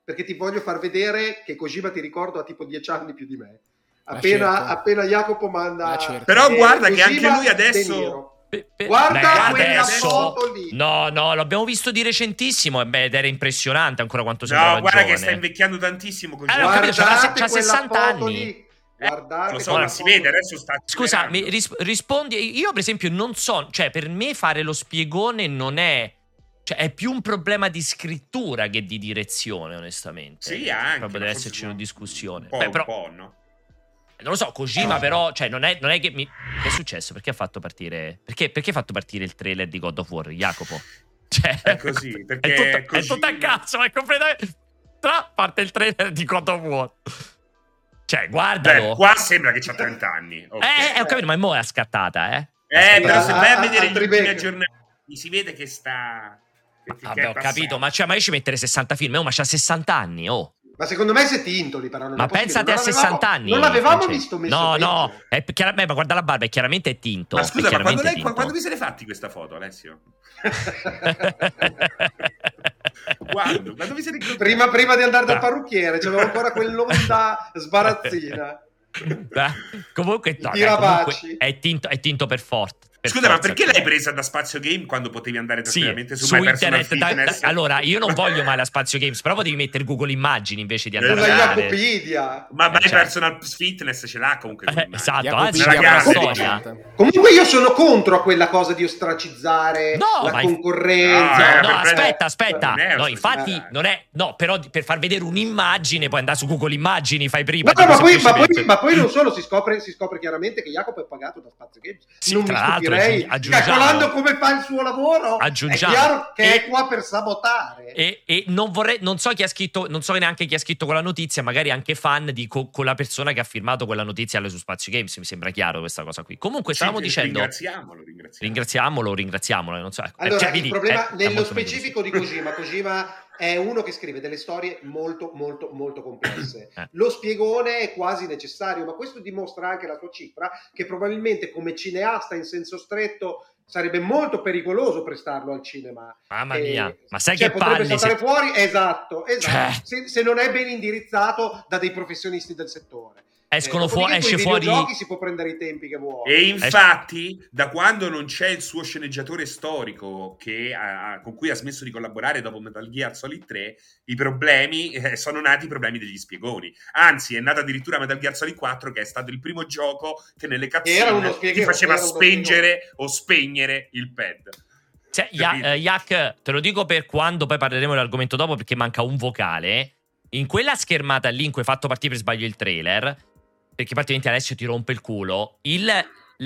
perché ti voglio far vedere che Kojima, ti ricordo, ha tipo 10 anni più di me. Appena Jacopo manda... Però guarda Kojima, che anche lui adesso... Guarda quella foto lì. No, l'abbiamo visto di recentissimo ed era impressionante ancora quanto sembrava giovane. Guarda che sta invecchiando tantissimo Kojima. Allora, c'ha 60 anni. Guardate, lo so, si vede, adesso sta... Scusa, mi rispondi. Io per esempio non so, cioè per me fare lo spiegone non è, cioè è più un problema di scrittura che di direzione, onestamente. Sì, anche. Proprio deve esserci una discussione. Un po', no? Non lo so, Kojima però, cioè non è che che è successo? Perché ha fatto partire perché ha fatto partire il trailer di God of War, Jacopo? Cioè, è così, perché è tutto a cazzo, è completamente parte il trailer di God of War. Cioè, guardalo. Beh, qua sembra che c'ha 30 anni. Okay. Ho capito, ma mo' è scattata, però se vai a vedere gli ultimi aggiornamenti si vede che sta... Vabbè, ho capito, ma io ci mettere 60 film, ma c'ha 60 anni, oh. Ma secondo me sei tintoli, però non ma pensate a 60 anni. Non l'avevamo visto messo No, ma guarda la barba, chiaramente è tinto. Ma scusa, ma quando vi siete fatti questa foto, Alessio? Quando vi siete prima di andare dal parrucchiere, c'avevo ancora quell'onda sbarazzina. Comunque è tinto per forte. Scusa, ma perché l'hai presa da Spazio Game quando potevi andare tranquillamente su My internet? Fitness? Allora, io non voglio mai la Spazio Games, però potevi mettere Google Immagini invece di andare a Jacopedia. Ma My Personal Fitness ce l'ha comunque. Esatto, anzi, una storia. Comunque io sono contro a quella cosa di ostracizzare la concorrenza. No, aspetta. No, infatti non è... No, però per far vedere un'immagine puoi andare su Google Immagini, fai prima. No, ma poi non solo, si scopre chiaramente che Jacopo è pagato da Spazio Games. Non mi stupirei. Calcolando come fa il suo lavoro, è chiaro che è qua per sabotare. E non so chi ha scritto, non so neanche chi ha scritto quella notizia, magari anche fan di quella persona che ha firmato quella notizia su Spazio Games, mi sembra chiaro questa cosa qui. Comunque stavamo dicendo ringraziamolo, non so. Allora, il problema nello specifico di Kojima è uno che scrive delle storie molto molto molto complesse. Lo spiegone è quasi necessario, ma questo dimostra anche la sua cifra, che probabilmente come cineasta in senso stretto sarebbe molto pericoloso prestarlo al cinema. Mamma mia, ma sai che potrebbe saltare fuori? Esatto. Se non è ben indirizzato da dei professionisti del settore. Esce fuori. Si può prendere i tempi che vuole. E infatti, da quando non c'è il suo sceneggiatore storico con cui ha smesso di collaborare dopo Metal Gear Solid 3, i problemi sono nati i problemi degli spiegoni. Anzi, è nato addirittura Metal Gear Solid 4, che è stato il primo gioco che nelle cutscene ti faceva spengere o spegnere il pad. Cioè, Yak, te lo dico per quando poi parleremo dell'argomento dopo, perché manca un vocale. In quella schermata lì in cui hai fatto partire per sbaglio il trailer, perché praticamente Alessio ti rompe il culo, il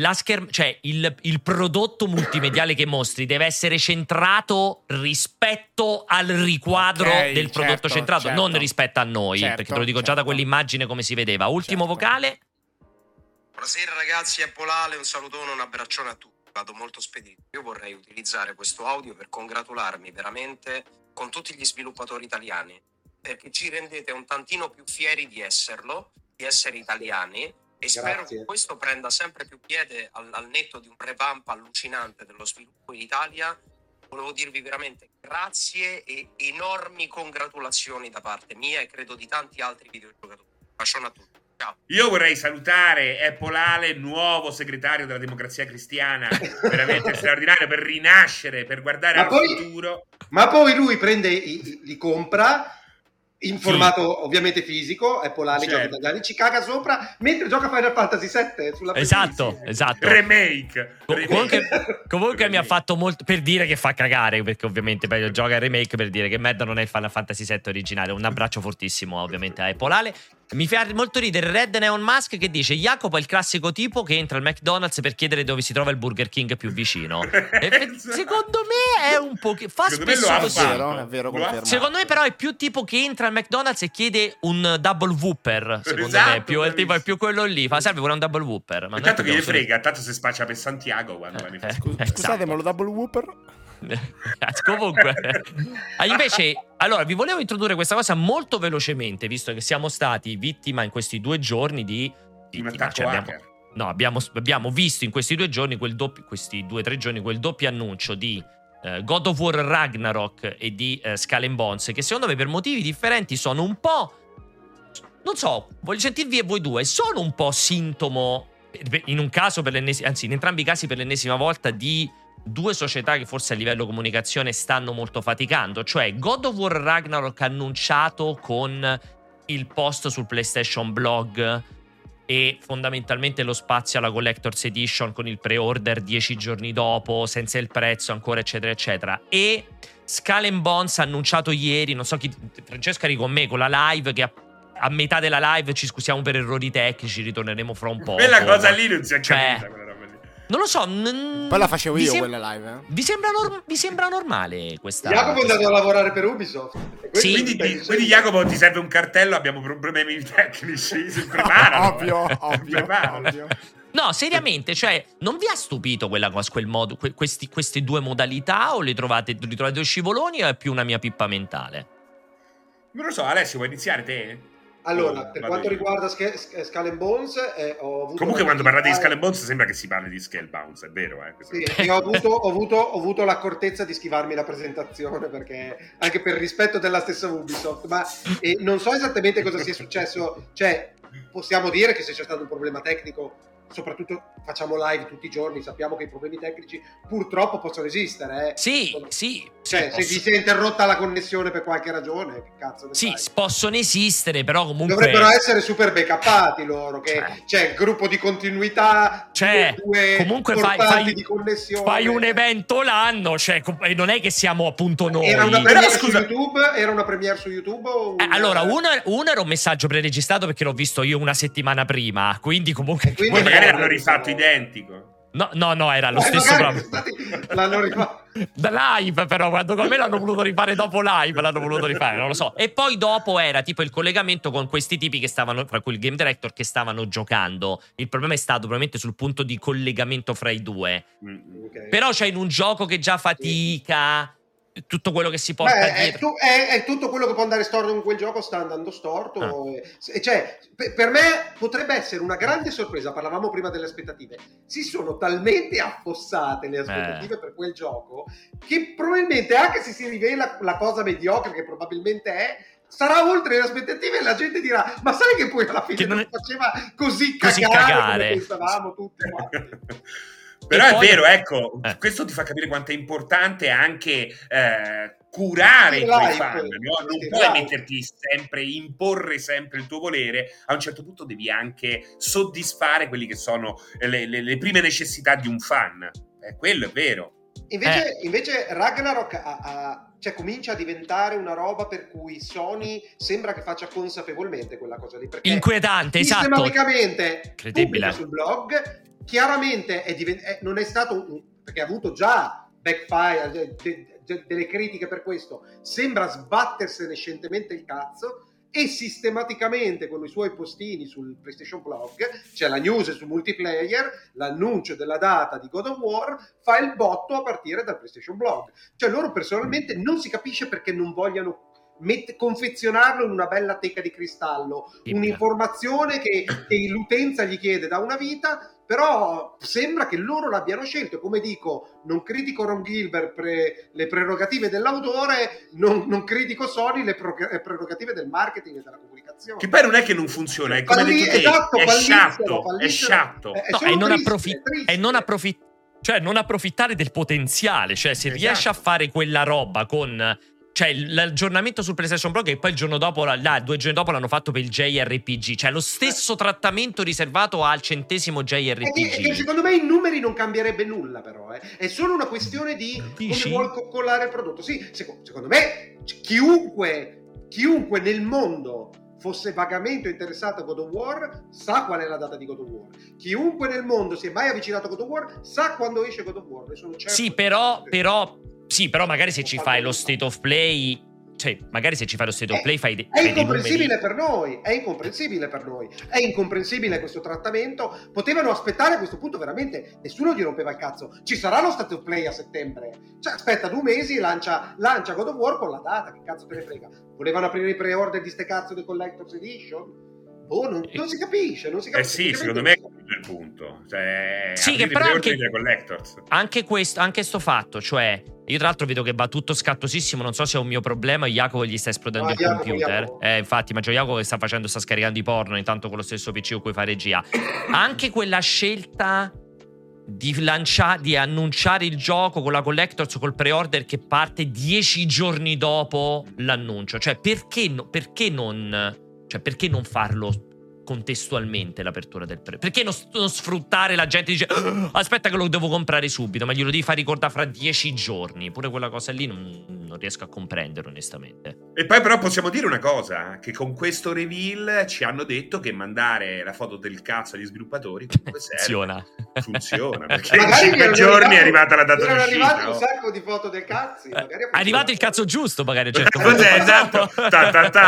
prodotto multimediale che mostri deve essere centrato rispetto al riquadro del prodotto centrato, non rispetto a noi, perché te lo dico già da quell'immagine come si vedeva. Ultimo vocale. Buonasera ragazzi, è Polale, un salutone, un abbraccione a tutti. Vado molto spedito. Io vorrei utilizzare questo audio per congratularmi veramente con tutti gli sviluppatori italiani, perché ci rendete un tantino più fieri di esserlo, di essere italiani, e spero che questo prenda sempre più piede al netto di un revamp allucinante dello sviluppo in Italia. Volevo dirvi veramente grazie e enormi congratulazioni da parte mia e credo di tanti altri videogiocatori. Bacione a tutti. Ciao. Io vorrei salutare Eppolale, nuovo segretario della Democrazia Cristiana, veramente straordinario, per rinascere, per guardare al futuro. Ma poi lui prende, li compra in formato ovviamente fisico, Eppolale gioca italiani, ci caga sopra mentre gioca Final Fantasy VII sulla esatto. remake. Comunque mi ha fatto molto per dire che fa cagare, perché ovviamente poi gioca il remake, per dire che merda non è il Final Fantasy VII originale. Un abbraccio fortissimo ovviamente a Eppolale. Mi fa molto ridere Red Neon Mask che dice: Jacopo è il classico tipo che entra al McDonald's per chiedere dove si trova il Burger King più vicino. Secondo me è un po' che fa spesso così. È vero, confermato. Secondo me però è più tipo che entra al McDonald's e chiede un double whopper. Secondo me è più quello lì. Fa salve, vuole un double whopper. Ma tanto che gli frega, tanto se spaccia per Santiago quando scusate, ma lo double whopper? Comunque invece, allora vi volevo introdurre questa cosa molto velocemente, visto che siamo stati vittima in questi 2 giorni di un attacco hacker. Abbiamo visto in questi 2 giorni questi 2 o 3 giorni quel doppio annuncio di God of War Ragnarok e di Skull and Bones, che secondo me per motivi differenti sono un po', non so, voglio sentirvi voi due, sono un po' sintomo, in un caso anzi in entrambi i casi per l'ennesima volta, di due società che forse a livello comunicazione stanno molto faticando. Cioè God of War Ragnarok annunciato con il post sul PlayStation Blog e fondamentalmente lo spazio alla Collector's Edition con il pre-order 10 giorni dopo, senza il prezzo ancora, eccetera eccetera. E Skull and Bones annunciato ieri, non so chi, Francesca eri con me con la live, che a metà della live ci scusiamo per errori tecnici, ritorneremo fra un po'. Quella cosa lì non si è capita, quella roba lì. Non lo so. Poi la facevo io quella live. Vi sembra normale questa? Jacopo è andato a lavorare per Ubisoft. Sì. Quindi Jacopo ti serve un cartello, abbiamo problemi tecnici, si preparano. Ovvio. No, seriamente, cioè, non vi ha stupito quella cosa, quel modo, queste due modalità, o li trovate scivoloni, o è più una mia pippa mentale? Non lo so, Alessio, vuoi iniziare te? Allora, per quanto riguarda Skull and Bones, ho avuto comunque quando parlate di Skull and Bones sembra che si parli di Scalebound, è vero? Sì, e ho avuto l'accortezza di schivarmi la presentazione, perché anche per rispetto della stessa Ubisoft, ma non so esattamente cosa sia successo. Cioè, possiamo dire che se c'è stato un problema tecnico, soprattutto facciamo live tutti i giorni, sappiamo che i problemi tecnici purtroppo possono esistere. Sì. Cioè, se vi si è interrotta la connessione per qualche ragione, che cazzo ne sai? Possono esistere, però comunque dovrebbero essere super backuppati loro, che c'è il gruppo di continuità, due comunque portali di connessione. Fai un evento l'anno, cioè non è che siamo appunto noi. Era una premiere su YouTube? Era una premiere su YouTube? Allora, uno era un messaggio preregistrato perché l'ho visto io una settimana prima, quindi comunque magari l'hanno rifatto identico. No, era lo stesso proprio. L'hanno rifatto da live, però quando con me l'hanno voluto rifare dopo live, l'hanno voluto rifare, non lo so. E poi dopo era tipo il collegamento con questi tipi che stavano, fra cui il game director, che stavano giocando. Il problema è stato probabilmente sul punto di collegamento fra i due. Okay. Però c'è in un gioco che già fatica, tutto quello che si porta dietro è tutto quello che può andare storto in quel gioco sta andando storto. Cioè, per me potrebbe essere una grande sorpresa. Parlavamo prima delle aspettative, si sono talmente affossate le aspettative per quel gioco che probabilmente, anche se si rivela la cosa mediocre che probabilmente sarà oltre le aspettative, e la gente dirà: ma sai che poi alla fine non faceva così cagare come pensavamo tutti quanti. Però è vero, ecco, questo ti fa capire quanto è importante anche curare i tuoi fan, no? Non puoi metterti sempre, imporre sempre il tuo volere. A un certo punto devi anche soddisfare quelli che sono le prime necessità di un fan. Quello è vero. Invece Ragnarok cioè, comincia a diventare una roba per cui Sony sembra che faccia consapevolmente quella cosa lì, perché inquietante, sistematicamente incredibile sul blog. Chiaramente non è stato perché ha avuto già backfire, delle critiche per questo, sembra sbattersene scientemente il cazzo, e sistematicamente con i suoi postini sul PlayStation Blog c'è la news sul multiplayer, l'annuncio della data di God of War, fa il botto a partire dal PlayStation Blog. Cioè loro personalmente non si capisce perché non vogliano confezionarlo in una bella teca di cristallo, un'informazione che l'utenza gli chiede da una vita, però sembra che loro l'abbiano scelto. Come dico, non critico Ron Gilbert le prerogative dell'autore, non critico Sony le prerogative del marketing e della comunicazione. Che poi non è che non funziona, è come detto te, è sciatto. E non approfittare del potenziale, cioè se riesci a fare quella roba con... Cioè l'aggiornamento sul PlayStation Blog, e poi il giorno dopo, 2 giorni dopo l'hanno fatto per il JRPG. Cioè lo stesso trattamento riservato al 100° JRPG. Che secondo me in numeri non cambierebbe nulla, però è solo una questione di come vuoi coccolare il prodotto. Sì, secondo me chiunque nel mondo fosse vagamente interessato a God of War sa qual è la data di God of War. Chiunque nel mondo si è mai avvicinato a God of War sa quando esce God of War. Ne sono certo. Sì, però magari se ci fai lo state of play, cioè magari se ci fai lo state of play fai è incomprensibile per noi, è incomprensibile questo trattamento. Potevano aspettare, a questo punto veramente nessuno gli rompeva il cazzo. Ci sarà lo state of play a settembre, cioè aspetta 2 mesi e lancia God of War con la data, che cazzo te ne frega. Volevano aprire i pre-order di ste cazzo di Collector's Edition? Non si capisce, sì, secondo me è il punto. Cioè, sì, che però anche sto fatto, cioè Io tra l'altro vedo che va tutto scattosissimo, non so se è un mio problema, Jacopo gli sta esplodendo il computer. Infatti, Maggio Jacopo che sta scaricando i porno intanto con lo stesso PC con cui fa regia. Anche quella scelta di annunciare il gioco con la Collectors, col pre-order che parte 10 giorni dopo l'annuncio. Cioè, perché non farlo contestualmente l'apertura del pre? Perché non sfruttare la gente dice aspetta che lo devo comprare subito, ma glielo devi far ricordare fra 10 giorni? Pure quella cosa lì non riesco a comprendere onestamente. E poi però possiamo dire una cosa, che con questo reveal ci hanno detto che mandare la foto del cazzo agli sviluppatori comunque funziona perché in 5 giorni è arrivata la data d'uscita. Sono arrivati un sacco di foto del cazzo, è arrivato il cazzo giusto magari, certo. Cos'è, esatto. Questo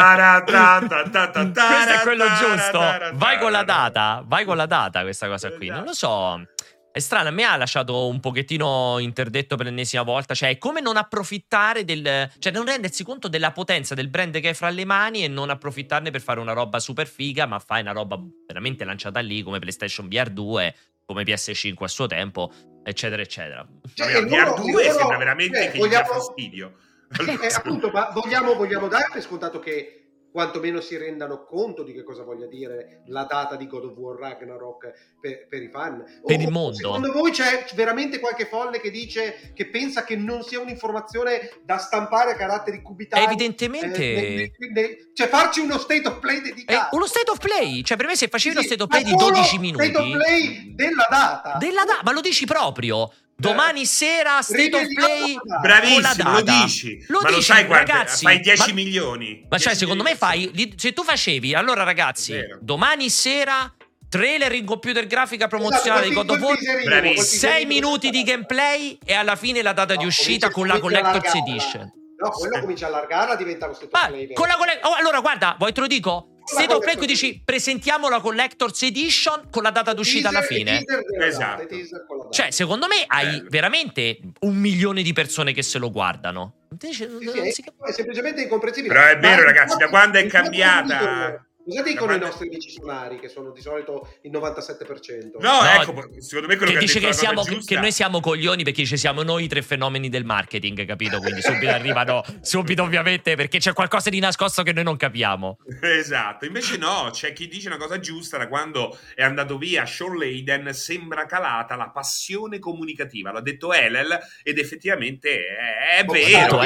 è quello giusto. Vai con la data questa cosa qui. Non lo so. È strano, a me ha lasciato un pochettino interdetto per l'ennesima volta. Cioè, è come non approfittare cioè, non rendersi conto della potenza del brand che hai fra le mani e non approfittarne per fare una roba super figa, ma fai una roba veramente lanciata lì come PlayStation VR 2, come PS5 a suo tempo, eccetera, eccetera. Cioè, VR 2 sembra veramente che gli dà fastidio. Appunto, ma vogliamo dare per scontato che quantomeno si rendano conto di che cosa voglia dire la data di God of War Ragnarok per i fan, per il mondo. Secondo voi c'è veramente qualche folle che dice, che pensa che non sia un'informazione da stampare a caratteri cubitali? Evidentemente cioè farci uno state of play dedicato, uno state of play, cioè per me se facevi lo state of play di 12 minuti, state of play della data, ma lo dici proprio. Domani sera state of play, bravissimo, lo dici, ma lo sai quanto, ragazzi, fai 10 milioni. Ma cioè, secondo me se tu facevi, allora ragazzi, domani sera trailer in computer grafica promozionale di God of War, 6 minuti di gameplay e alla fine la data di uscita con la Collector's Edition. No, quello comincia a allargarla, diventa lo state of play. Allora guarda, vuoi te lo dico? State of play, qui dici presentiamo la Collector's Edition con la data d'uscita alla fine. Esatto. Cioè, secondo me hai veramente 1 milione di persone che se lo guardano. È semplicemente incomprensibile. Però è vero, ragazzi, da quando è cambiata. Cosa dicono i nostri decisionari, che sono di solito il 97%? No, ecco, secondo me quello che dice che che noi siamo coglioni perché siamo noi i 3 fenomeni del marketing, capito? Quindi subito arrivano, ovviamente, perché c'è qualcosa di nascosto che noi non capiamo. Esatto, invece no, c'è chi dice una cosa giusta: da quando è andato via Sean Layden sembra calata la passione comunicativa. L'ha detto Hellel ed effettivamente è vero.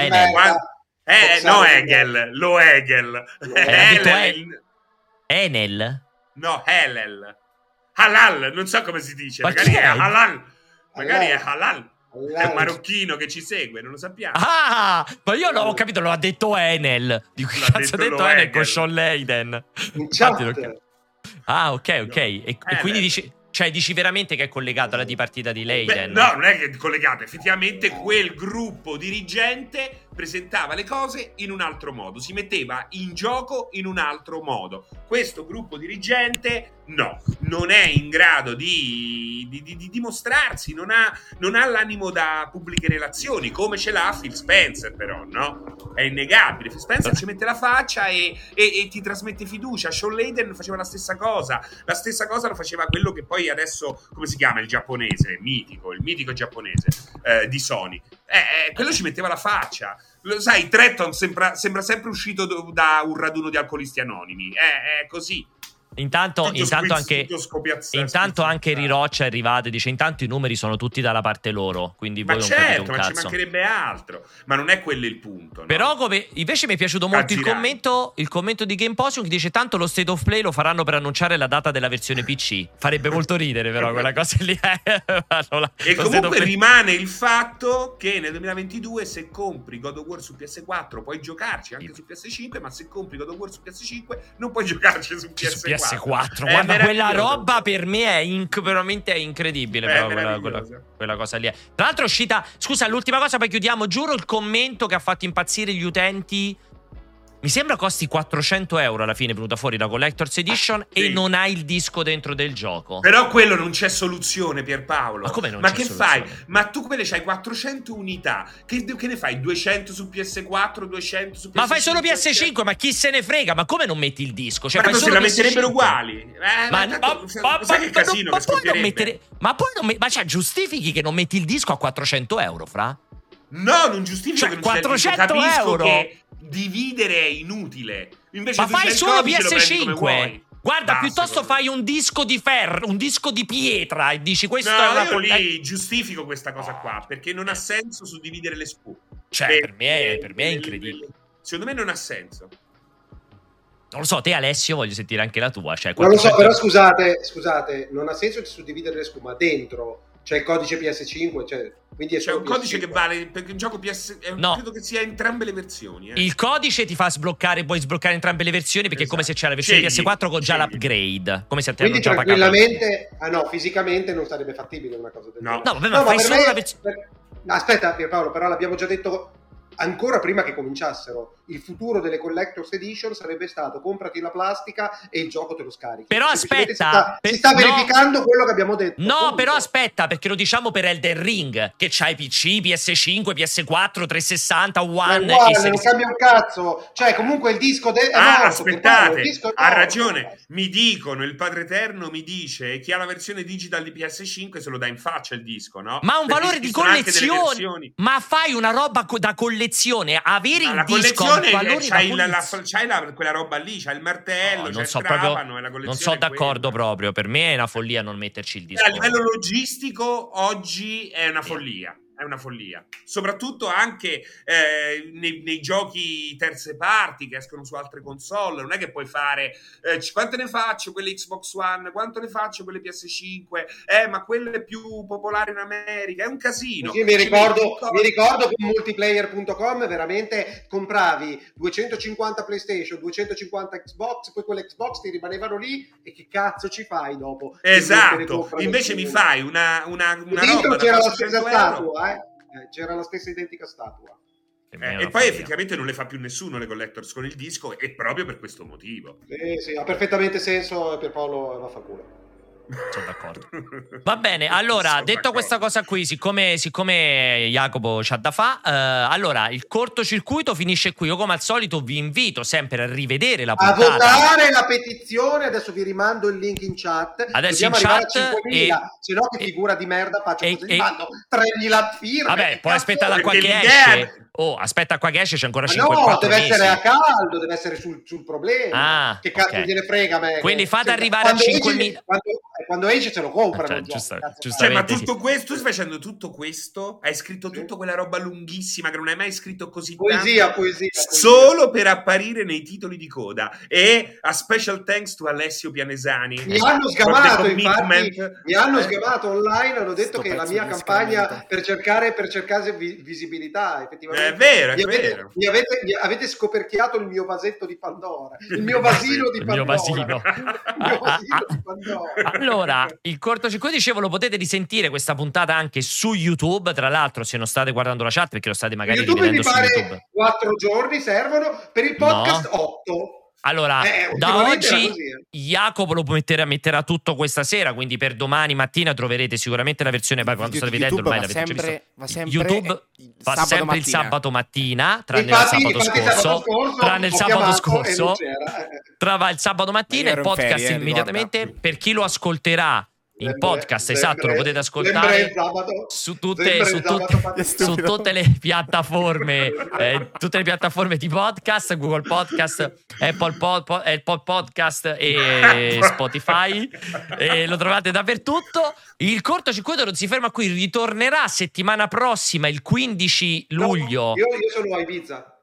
No, Hegel, lo Hegel. Enel? No, Hellel. Halal, non so come si dice. Magari è halal. Magari è halal. È un marocchino che ci segue, non lo sappiamo. Ah, ma io l'ho capito, lo ha detto Enel. Di cui cazzo ha detto Enel con Sean Layden? Ah, ok. E quindi dici veramente che è collegato alla dipartita di Layden? No, non è che è collegato. Effettivamente quel gruppo dirigente presentava le cose in un altro modo, si metteva in gioco in un altro modo. Questo gruppo dirigente non è in grado di dimostrarsi, non ha l'animo da pubbliche relazioni, come ce l'ha Phil Spencer, però, no? È innegabile. Phil Spencer ci mette la faccia e ti trasmette fiducia. Sean Layden faceva la stessa cosa lo faceva quello che poi adesso, come si chiama, il giapponese, il mitico giapponese di Sony. Quello ci metteva la faccia. Lo sai, Tretton sembra sempre uscito da un raduno di alcolisti anonimi. È così. Intanto anche Riroccia è arrivato e dice: intanto i numeri sono tutti dalla parte loro, quindi voi non capite un cazzo. Ma ci mancherebbe altro, ma non è quello il punto, no? Però invece mi è piaciuto molto il commento di Gameposium che dice: tanto lo State of Play lo faranno per annunciare la data della versione PC. Farebbe molto ridere, però quella cosa lì. E comunque rimane il fatto che nel 2022 se compri God of War su PS4 puoi giocarci anche su PS5, ma se compri God of War su PS5 non puoi giocarci su PS4. Guarda, quella roba per me è veramente incredibile. Però quella cosa lì è. Tra l'altro è uscita. Scusa, l'ultima cosa, poi chiudiamo. Giuro, il commento che ha fatto impazzire gli utenti. Mi sembra costi 400 euro alla fine, è venuta fuori la Collector's Edition e non hai il disco dentro del gioco. Però quello non c'è soluzione, Pierpaolo. Ma come non c'è che soluzione? Fai? Ma tu quelle c'hai 400 unità. Che ne fai? 200 su PS4, 200 su PS5? Ma fai solo PS5, ma chi se ne frega? Ma come non metti il disco? Cioè, ma fai solo se la metterebbero uguali. Sai che casino che scoppierebbe? Ma poi giustifichi che non metti il disco a 400 euro, fra? No, non giustifico che non 400 capisco euro. che dividere è inutile. Invece Ma tu c'hai fai il solo codice, lo prendi come PS5. vuoi. Guarda, Basta, piuttosto fai un disco di ferro, un disco di pietra e dici questo è una io lì giustifico questa cosa qua, perché non ha senso suddividere le SPU. Cioè, per me è incredibile. Secondo me non ha senso. Non lo so, te Alessio, voglio sentire anche la tua. Cioè, Non lo so, però scusate, non ha senso di suddividere le SPU, ma dentro c'è il codice PS5, cioè, quindi c'è un codice che vale perché un gioco PS credo che sia entrambe le versioni. Il codice ti fa sbloccare, puoi sbloccare entrambe le versioni perché è come se c'è la versione PS4 con già l'upgrade, come se ti hanno quindi già pagato. tranquillamente, fisicamente non sarebbe fattibile una cosa del genere. No, vabbè, ma fai solo la versione. Aspetta Pierpaolo, però l'abbiamo già detto ancora prima che cominciassero. Il futuro delle Collector's Edition sarebbe stato: comprati la plastica e il gioco te lo scarichi. Però aspetta, si sta verificando quello che abbiamo detto. No, punto. Però aspetta, perché lo diciamo per Elden Ring, che c'hai PC, PS5, PS4, 360, One. Non cambia un cazzo. Cioè, comunque il disco aspettate, ha ragione. Mi dicono, il Padre Eterno mi dice: chi ha la versione digital di PS5 se lo dà in faccia il disco, no? Ma ha un valore di collezione. Ma fai una roba da collezione, avere il disco c'hai quella roba lì, c'hai il martello, c'hai il trapano e la collezione. Non sono d'accordo proprio. Per me è una follia non metterci il disco. A livello logistico oggi è una follia. È una follia, soprattutto anche nei giochi terze parti che escono su altre console. Non è che puoi fare quante ne faccio quelle Xbox One, quanto ne faccio quelle PS5, ma quelle è più popolare in America. È un casino. Sì, mi ricordo con multiplayer.com veramente compravi 250 PlayStation, 250 Xbox, poi quelle Xbox ti rimanevano lì e che cazzo ci fai dopo? Esatto, invece mi fai una roba c'era la stessa statua, c'era la stessa identica statua. E poi effettivamente non le fa più nessuno le collectors con il disco, e proprio per questo motivo. Sì, ha perfettamente senso. Pierpaolo vaffanculo. Sono d'accordo. Va bene, allora, detto questa cosa qui, siccome Jacopo c'ha da fa, allora il cortocircuito finisce qui. Io come al solito vi invito sempre a rivedere la puntata, a votare la petizione. Adesso vi rimando il link in chat. Adesso dobbiamo in arrivare chat a 5.000, se no che figura di merda faccio così, mando 3.000 firme. Vabbè, poi aspetta da qua che esce. Aspetta qua che esce, c'è ancora 5 no, deve essere a caldo, deve essere sul problema. Che cazzo gliene frega a me? Quindi fate arrivare a 5.000. Quando esce se lo comprano. Ma tutto questo, tu stai facendo tutto questo? Hai scritto tutta quella roba lunghissima che non hai mai scritto così poesia. Solo per apparire nei titoli di coda. E a special thanks to Alessio Pianesani. Mi hanno sgamato, infatti, mi hanno sgamato online, hanno detto che la mia campagna per cercare visibilità, effettivamente. È vero. Mi avete scoperchiato il mio vasetto di Pandora, il mio vasino di Pandora. Il mio vasino di Pandora. Allora, il cortocircuito, dicevo, lo potete risentire questa puntata anche su YouTube. Tra l'altro, se non state guardando la chat, perché lo state magari rivedendo su YouTube. 4 giorni servono, per il podcast 8. Allora, da oggi Jacopo lo metterà tutto questa sera, quindi per domani mattina troverete sicuramente la versione. Poi quando state vedendo ormai l'avete già vista. YouTube va sempre il sabato mattina, tranne il sabato scorso. Tranne il sabato scorso. Trova il sabato mattina, il podcast immediatamente. Per chi lo ascolterà in podcast, esatto, lo potete ascoltare su tutte le piattaforme, di podcast, Google Podcast, Apple Podcast e Spotify, e lo trovate dappertutto. Il cortocircuito non si ferma qui, ritornerà settimana prossima, il 15 luglio. Io sono a Ibiza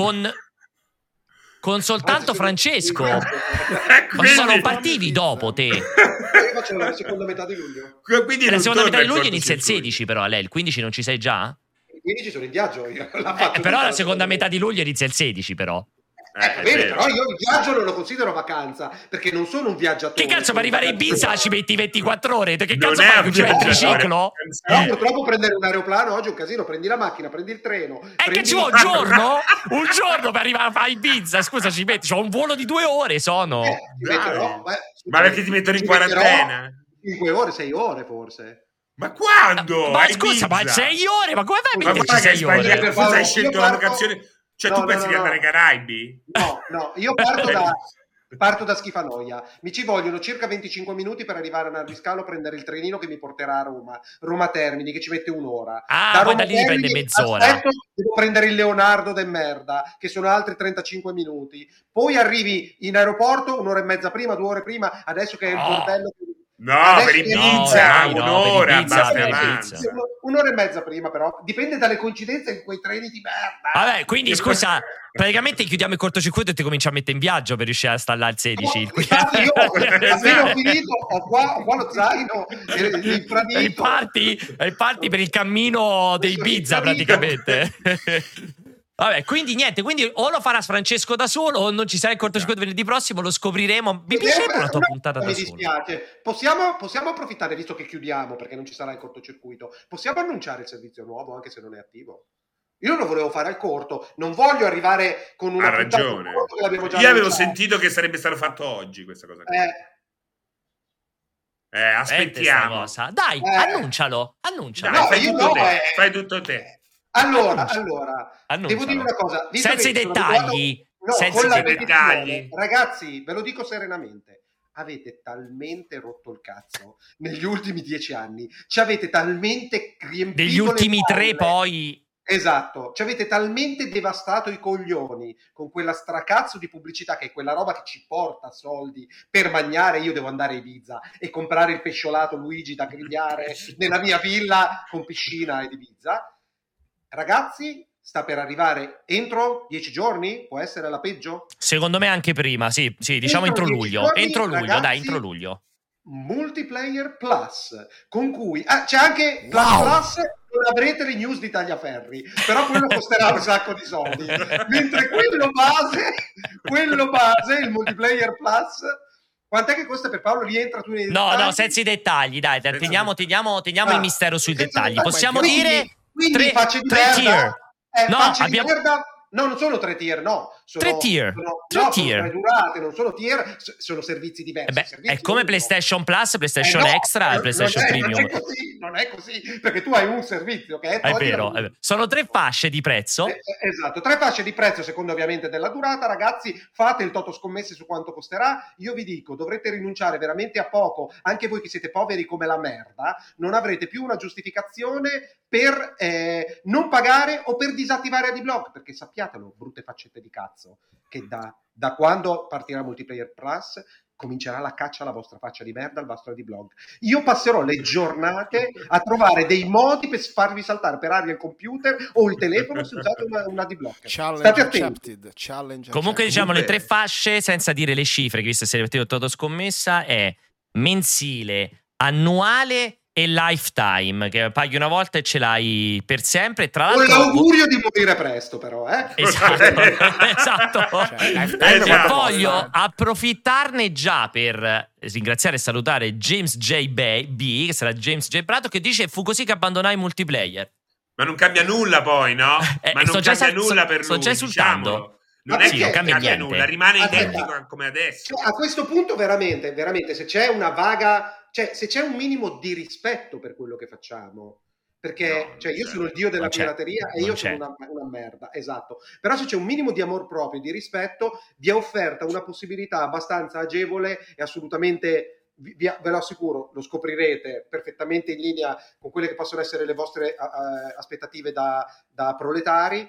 con soltanto Francesco. Ma sono partiti dopo te. Io faccio la seconda metà di luglio. Quindi la seconda metà di luglio inizia il 16, però lei il 15 non ci sei già? Il 15 sono in viaggio. Però la seconda metà di luglio inizia il 16, però. Bene, però io il viaggio non lo considero vacanza, perché non sono un viaggiatore. Che cazzo, per arrivare in Ibiza ci metti 24 ore? Che cazzo fai? Cioè il triciclo? No, purtroppo prendere un aeroplano oggi è un casino. Prendi la macchina, prendi il treno. Che ci vuole un giorno? Un giorno per arrivare a Ibiza? Scusa, ci metti. C'ho un volo di 2 ore, sono. Ma perché ti mettono in quarantena? 5 ore, 6 ore forse. Ma quando? Ma scusa, ma 6 ore? Ma come fai a metterci 6 ore? Cosa hai scelto la locazione? Cioè, tu pensi di andare ai Caraibi? No, io parto Parto da Schifanoia. Mi ci vogliono circa 25 minuti per arrivare a Nardiscalo a prendere il trenino che mi porterà a Roma Termini, che ci mette un'ora. Poi da lì prende mezz'ora. Devo prendere il Leonardo de merda, che sono altri 35 minuti. Poi arrivi in aeroporto un'ora e mezza prima, 2 ore prima, adesso che è il bordello. Per Ibiza, un'ora, un'ora e mezza prima, però dipende dalle coincidenze in quei treni di merda. Vabbè, quindi scusa, praticamente chiudiamo il cortocircuito e ti cominci a mettere in viaggio per riuscire a stare al 16. Infatti io appena ho finito ho qua lo zaino e parti per il cammino dei Ibiza praticamente. Vabbè, quindi niente, quindi o lo farà Francesco da solo o non ci sarà il cortocircuito venerdì prossimo, lo scopriremo. Mi piacerebbe una tua puntata da solo. Mi dispiace. Possiamo approfittare, visto che chiudiamo perché non ci sarà il cortocircuito, possiamo annunciare il servizio nuovo anche se non è attivo? Io lo volevo fare al corto, non voglio arrivare con una ragione. Che l'abbiamo già io avevo sentito che sarebbe stato fatto oggi questa cosa. Aspettiamo. Dai, annuncialo. Dai, fai tutto te. Allora, devo dire una cosa. Senza i dettagli. Senza i dettagli. Ragazzi, ve lo dico serenamente. Avete talmente rotto il cazzo negli ultimi 10 anni. Ci avete talmente riempito degli ultimi le 3 poi. Esatto. Ci avete talmente devastato i coglioni con quella stracazzo di pubblicità che è quella roba che ci porta soldi per mangiare. Io devo andare a Ibiza e comprare il pesciolato Luigi da grigliare nella mia villa con piscina ad Ibiza. Ragazzi, sta per arrivare entro 10 giorni? Può essere la peggio? Secondo me anche prima, sì, diciamo entro luglio. Entro luglio. Multiplayer Plus, con cui c'è anche Plus, non avrete le news di Tagliaferri, però quello costerà un sacco di soldi. Mentre quello base, il Multiplayer Plus, quant'è che costa per Paolo? Rientra tu nei dettagli? No, senza i dettagli, dai, teniamo il mistero sui dettagli. Possiamo dire quindi facce di 3 tier. No, non sono 3 tier, no. Sono 3 tier. Sono durate, non sono tier, sono servizi diversi. È come PlayStation Plus, PlayStation Extra e PlayStation Premium. Non è così, perché tu hai un servizio che è vero. Sono 3 fasce di prezzo. Esatto, 3 fasce di prezzo, secondo ovviamente della durata. Ragazzi, fate il toto scommesse su quanto costerà. Io vi dico, dovrete rinunciare veramente a poco, anche voi che siete poveri come la merda, non avrete più una giustificazione per non pagare o per disattivare Adblock, perché sappiatelo, brutte faccette di cazzo, che da quando partirà Multiplayer Plus comincerà la caccia alla vostra faccia di merda, al vostro Adblock. Io passerò le giornate a trovare dei modi per farvi saltare per aria il computer o il telefono se usate un Adblock. State attenti. Comunque diciamo le 3 fasce, senza dire le cifre, che visto che sei il toto scommessa, è mensile, annuale e lifetime, che paghi una volta e ce l'hai per sempre. Tra l'altro, con l'augurio di morire presto, però, esatto. Voglio approfittarne già per ringraziare e salutare James J. B, che sarà James J. Prato, che dice: fu così che abbandonai multiplayer. Ma non cambia nulla poi, no? Ma non cambia nulla per lui. Sto già esultando. Non è che cambia nulla, rimane identico come adesso. A questo punto veramente se c'è una vaga, se c'è un minimo di rispetto per quello che facciamo, perché io sono il dio della pirateria e io sono una merda, esatto, però se c'è un minimo di amor proprio, di rispetto, vi è offerta una possibilità abbastanza agevole e assolutamente, ve lo assicuro, lo scoprirete perfettamente in linea con quelle che possono essere le vostre aspettative da proletari.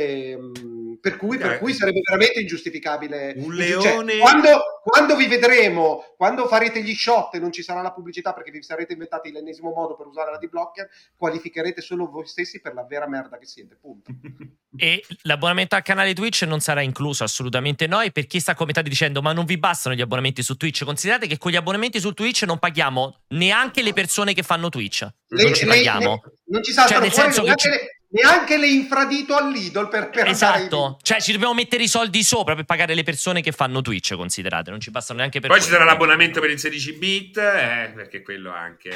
Per cui sarebbe veramente ingiustificabile un leone. Quando vi vedremo, quando farete gli shot e non ci sarà la pubblicità perché vi sarete inventati l'ennesimo modo per usare la D-Blocker, qualificherete solo voi stessi per la vera merda che siete, punto. E l'abbonamento al canale Twitch non sarà incluso, assolutamente no. E per chi sta commentando dicendo ma non vi bastano gli abbonamenti su Twitch, considerate che con gli abbonamenti su Twitch non paghiamo neanche le persone che fanno Twitch, non ci paghiamo, non ci saltano fuori neanche le infradito all'Idol per esatto, ci dobbiamo mettere i soldi sopra per pagare le persone che fanno Twitch, considerate, non ci bastano neanche per poi ci sarà l'abbonamento per il 16 bit perché quello anche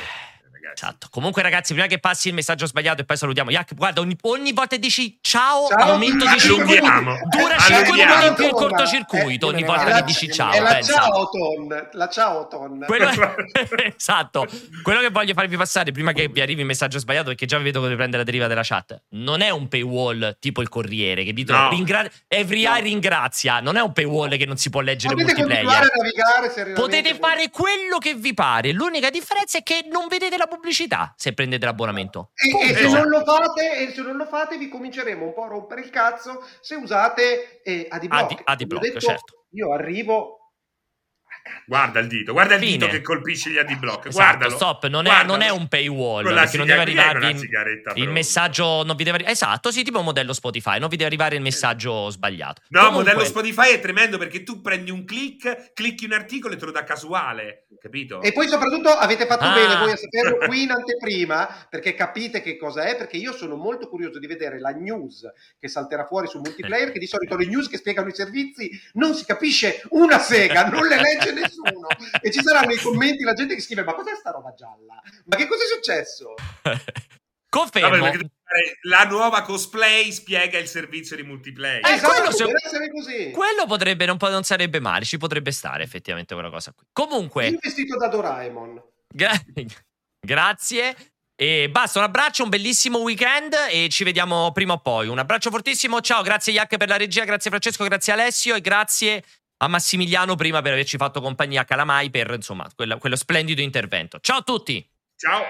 ragazzi. Esatto. Comunque ragazzi, prima che passi il messaggio sbagliato e poi salutiamo Yak, guarda, ogni volta che dici ciao aumento di 5 allunghiamo. dura 5 minuti in più il cortocircuito ogni volta che dici ciao. È la Pensa. ciao-ton. Esatto. Quello che voglio farvi passare prima che vi arrivi il messaggio sbagliato, perché già vedo come prende la deriva della chat, non è un paywall tipo il Corriere che dicono ringrazia, non è un paywall che non si può leggere multiplayer. Potete fare quello che vi pare, l'unica differenza è che non vedete la pubblicità se prendete l'abbonamento. E se non lo fate vi cominceremo un po' a rompere il cazzo se usate Adblock. Adblock, certo. Io arrivo. Guarda il dito che colpisce gli Adblock. Esatto, Guardalo. Stop, non è un paywall, perché non deve arrivarvi il messaggio, non vi deve esatto, sì, tipo un modello Spotify, non vi deve arrivare il messaggio sbagliato. No, comunque, modello Spotify è tremendo perché tu prendi un clicchi un articolo e te lo dà casuale, capito? E poi soprattutto avete fatto bene voi a saperlo qui in anteprima, perché capite che cosa è, perché io sono molto curioso di vedere la news che salterà fuori su multiplayer, che di solito le news che spiegano i servizi non si capisce una sega, non le legge nessuno, e ci saranno nei commenti la gente che scrive: ma cos'è sta roba gialla? Ma che cosa è successo? Confermo. Vabbè, la nuova cosplay spiega il servizio di multiplayer. Deve essere così. Quello potrebbe non sarebbe male, ci potrebbe stare effettivamente quella cosa qui. Comunque investito da Doraemon. Grazie. E basta, un abbraccio, un bellissimo weekend e ci vediamo prima o poi. Un abbraccio fortissimo, ciao, grazie Yak per la regia, grazie Francesco, grazie Alessio e grazie a Massimiliano prima per averci fatto compagnia a Calamai per insomma quello splendido intervento. Ciao a tutti. Ciao.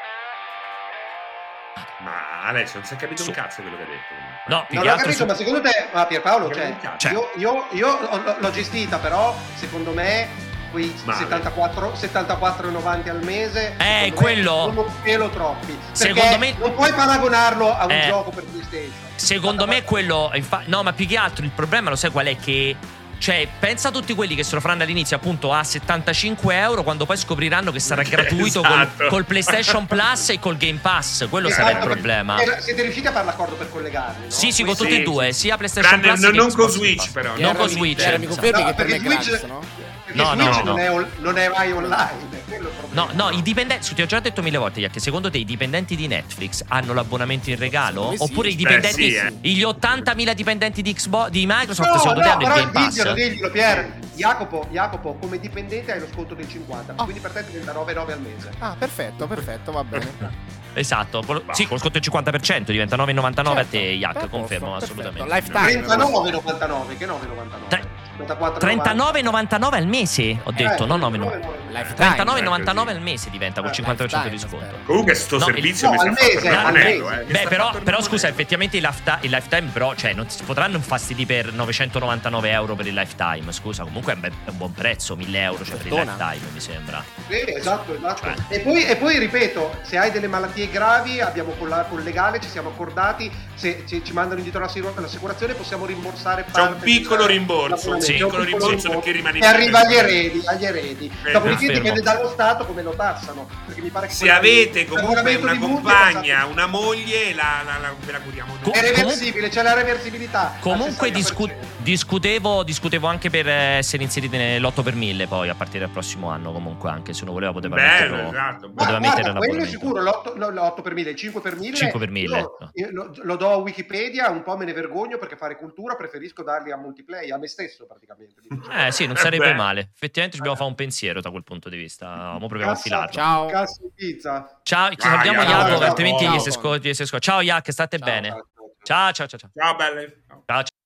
Ma Alessio non si è capito un cazzo quello che ha detto. No, non l'ho capito, ma secondo te, Pierpaolo, io l'ho gestita, però secondo me quei 74,90 al mese quello sono un pelo troppi, secondo me non puoi paragonarlo a un gioco per PlayStation. Secondo me quello no, ma più che altro il problema lo sai qual è, che cioè pensa a tutti quelli che se lo faranno all'inizio appunto a 75 euro, quando poi scopriranno che sarà gratuito col PlayStation Plus e col Game Pass. Quello sarà il problema. Siete riusciti a fare l'accordo per collegarli, no? Sì, con tutti e due, sia PlayStation Plus che non con Switch, però non con Switch. Mi confermi che per me è gratis, no? No. Non è mai online. No, i dipendenti, ti ho già detto 1000 volte, che secondo te i dipendenti di Netflix hanno l'abbonamento in regalo? Oppure i dipendenti, gli 80.000 dipendenti di Xbox, di Microsoft, secondo te hanno il Game Pass? Diglielo, Pier. Jacopo, come dipendente hai lo sconto del 50%, quindi per te diventa 9,9 al mese. Ah, perfetto, va bene. Esatto, sì, con lo sconto del 50% diventa 9,99 a te, Yak, confermo assolutamente. Lifetime 39,99, che 9,99? 39,99 al mese, ho detto, non 9,99. 39,99 al mese diventa col 50% di sconto. Comunque sto servizio mi sta fatto però scusa, effettivamente il lifetime però, cioè non si potranno infastidire per 999 euro per il lifetime, scusa, comunque è un buon prezzo, 1.000 euro per il lifetime, mi sembra. Esatto. E poi ripeto, se hai delle malattie gravi, abbiamo con legale, ci siamo accordati, se ci mandano indietro l'assicurazione possiamo rimborsare parte. C'è un piccolo rimborso, perché rimane. E arriva agli eredi. Dopodiché dipende dallo Stato come lo tassano, perché mi pare che se avete comunque una compagna, una moglie, ve la curiamo noi. È reversibile, c'è la reversibilità. Comunque discutevo anche per essere inseriti nell'8 per 1000 poi a partire dal prossimo anno, comunque anche se uno voleva poteva metterlo. Esatto. Poteva mettere quello è sicuro, l'8 per 1000, il 5 per 1000. 5 per 1000. Io lo do a Wikipedia, un po' me ne vergogno perché fare cultura preferisco darli a multiplayer, a me stesso praticamente. Sì, non sarebbe male. Effettivamente ci dobbiamo fare un pensiero da quel punto di vista. Mo proviamo a filarlo. Ciao. Cazzo di pizza. Ciao, ci salutiamo Jacopo, altrimenti gli si scoccia. Ciao Yak, state bene. Ciao. Ciao belle. Ciao.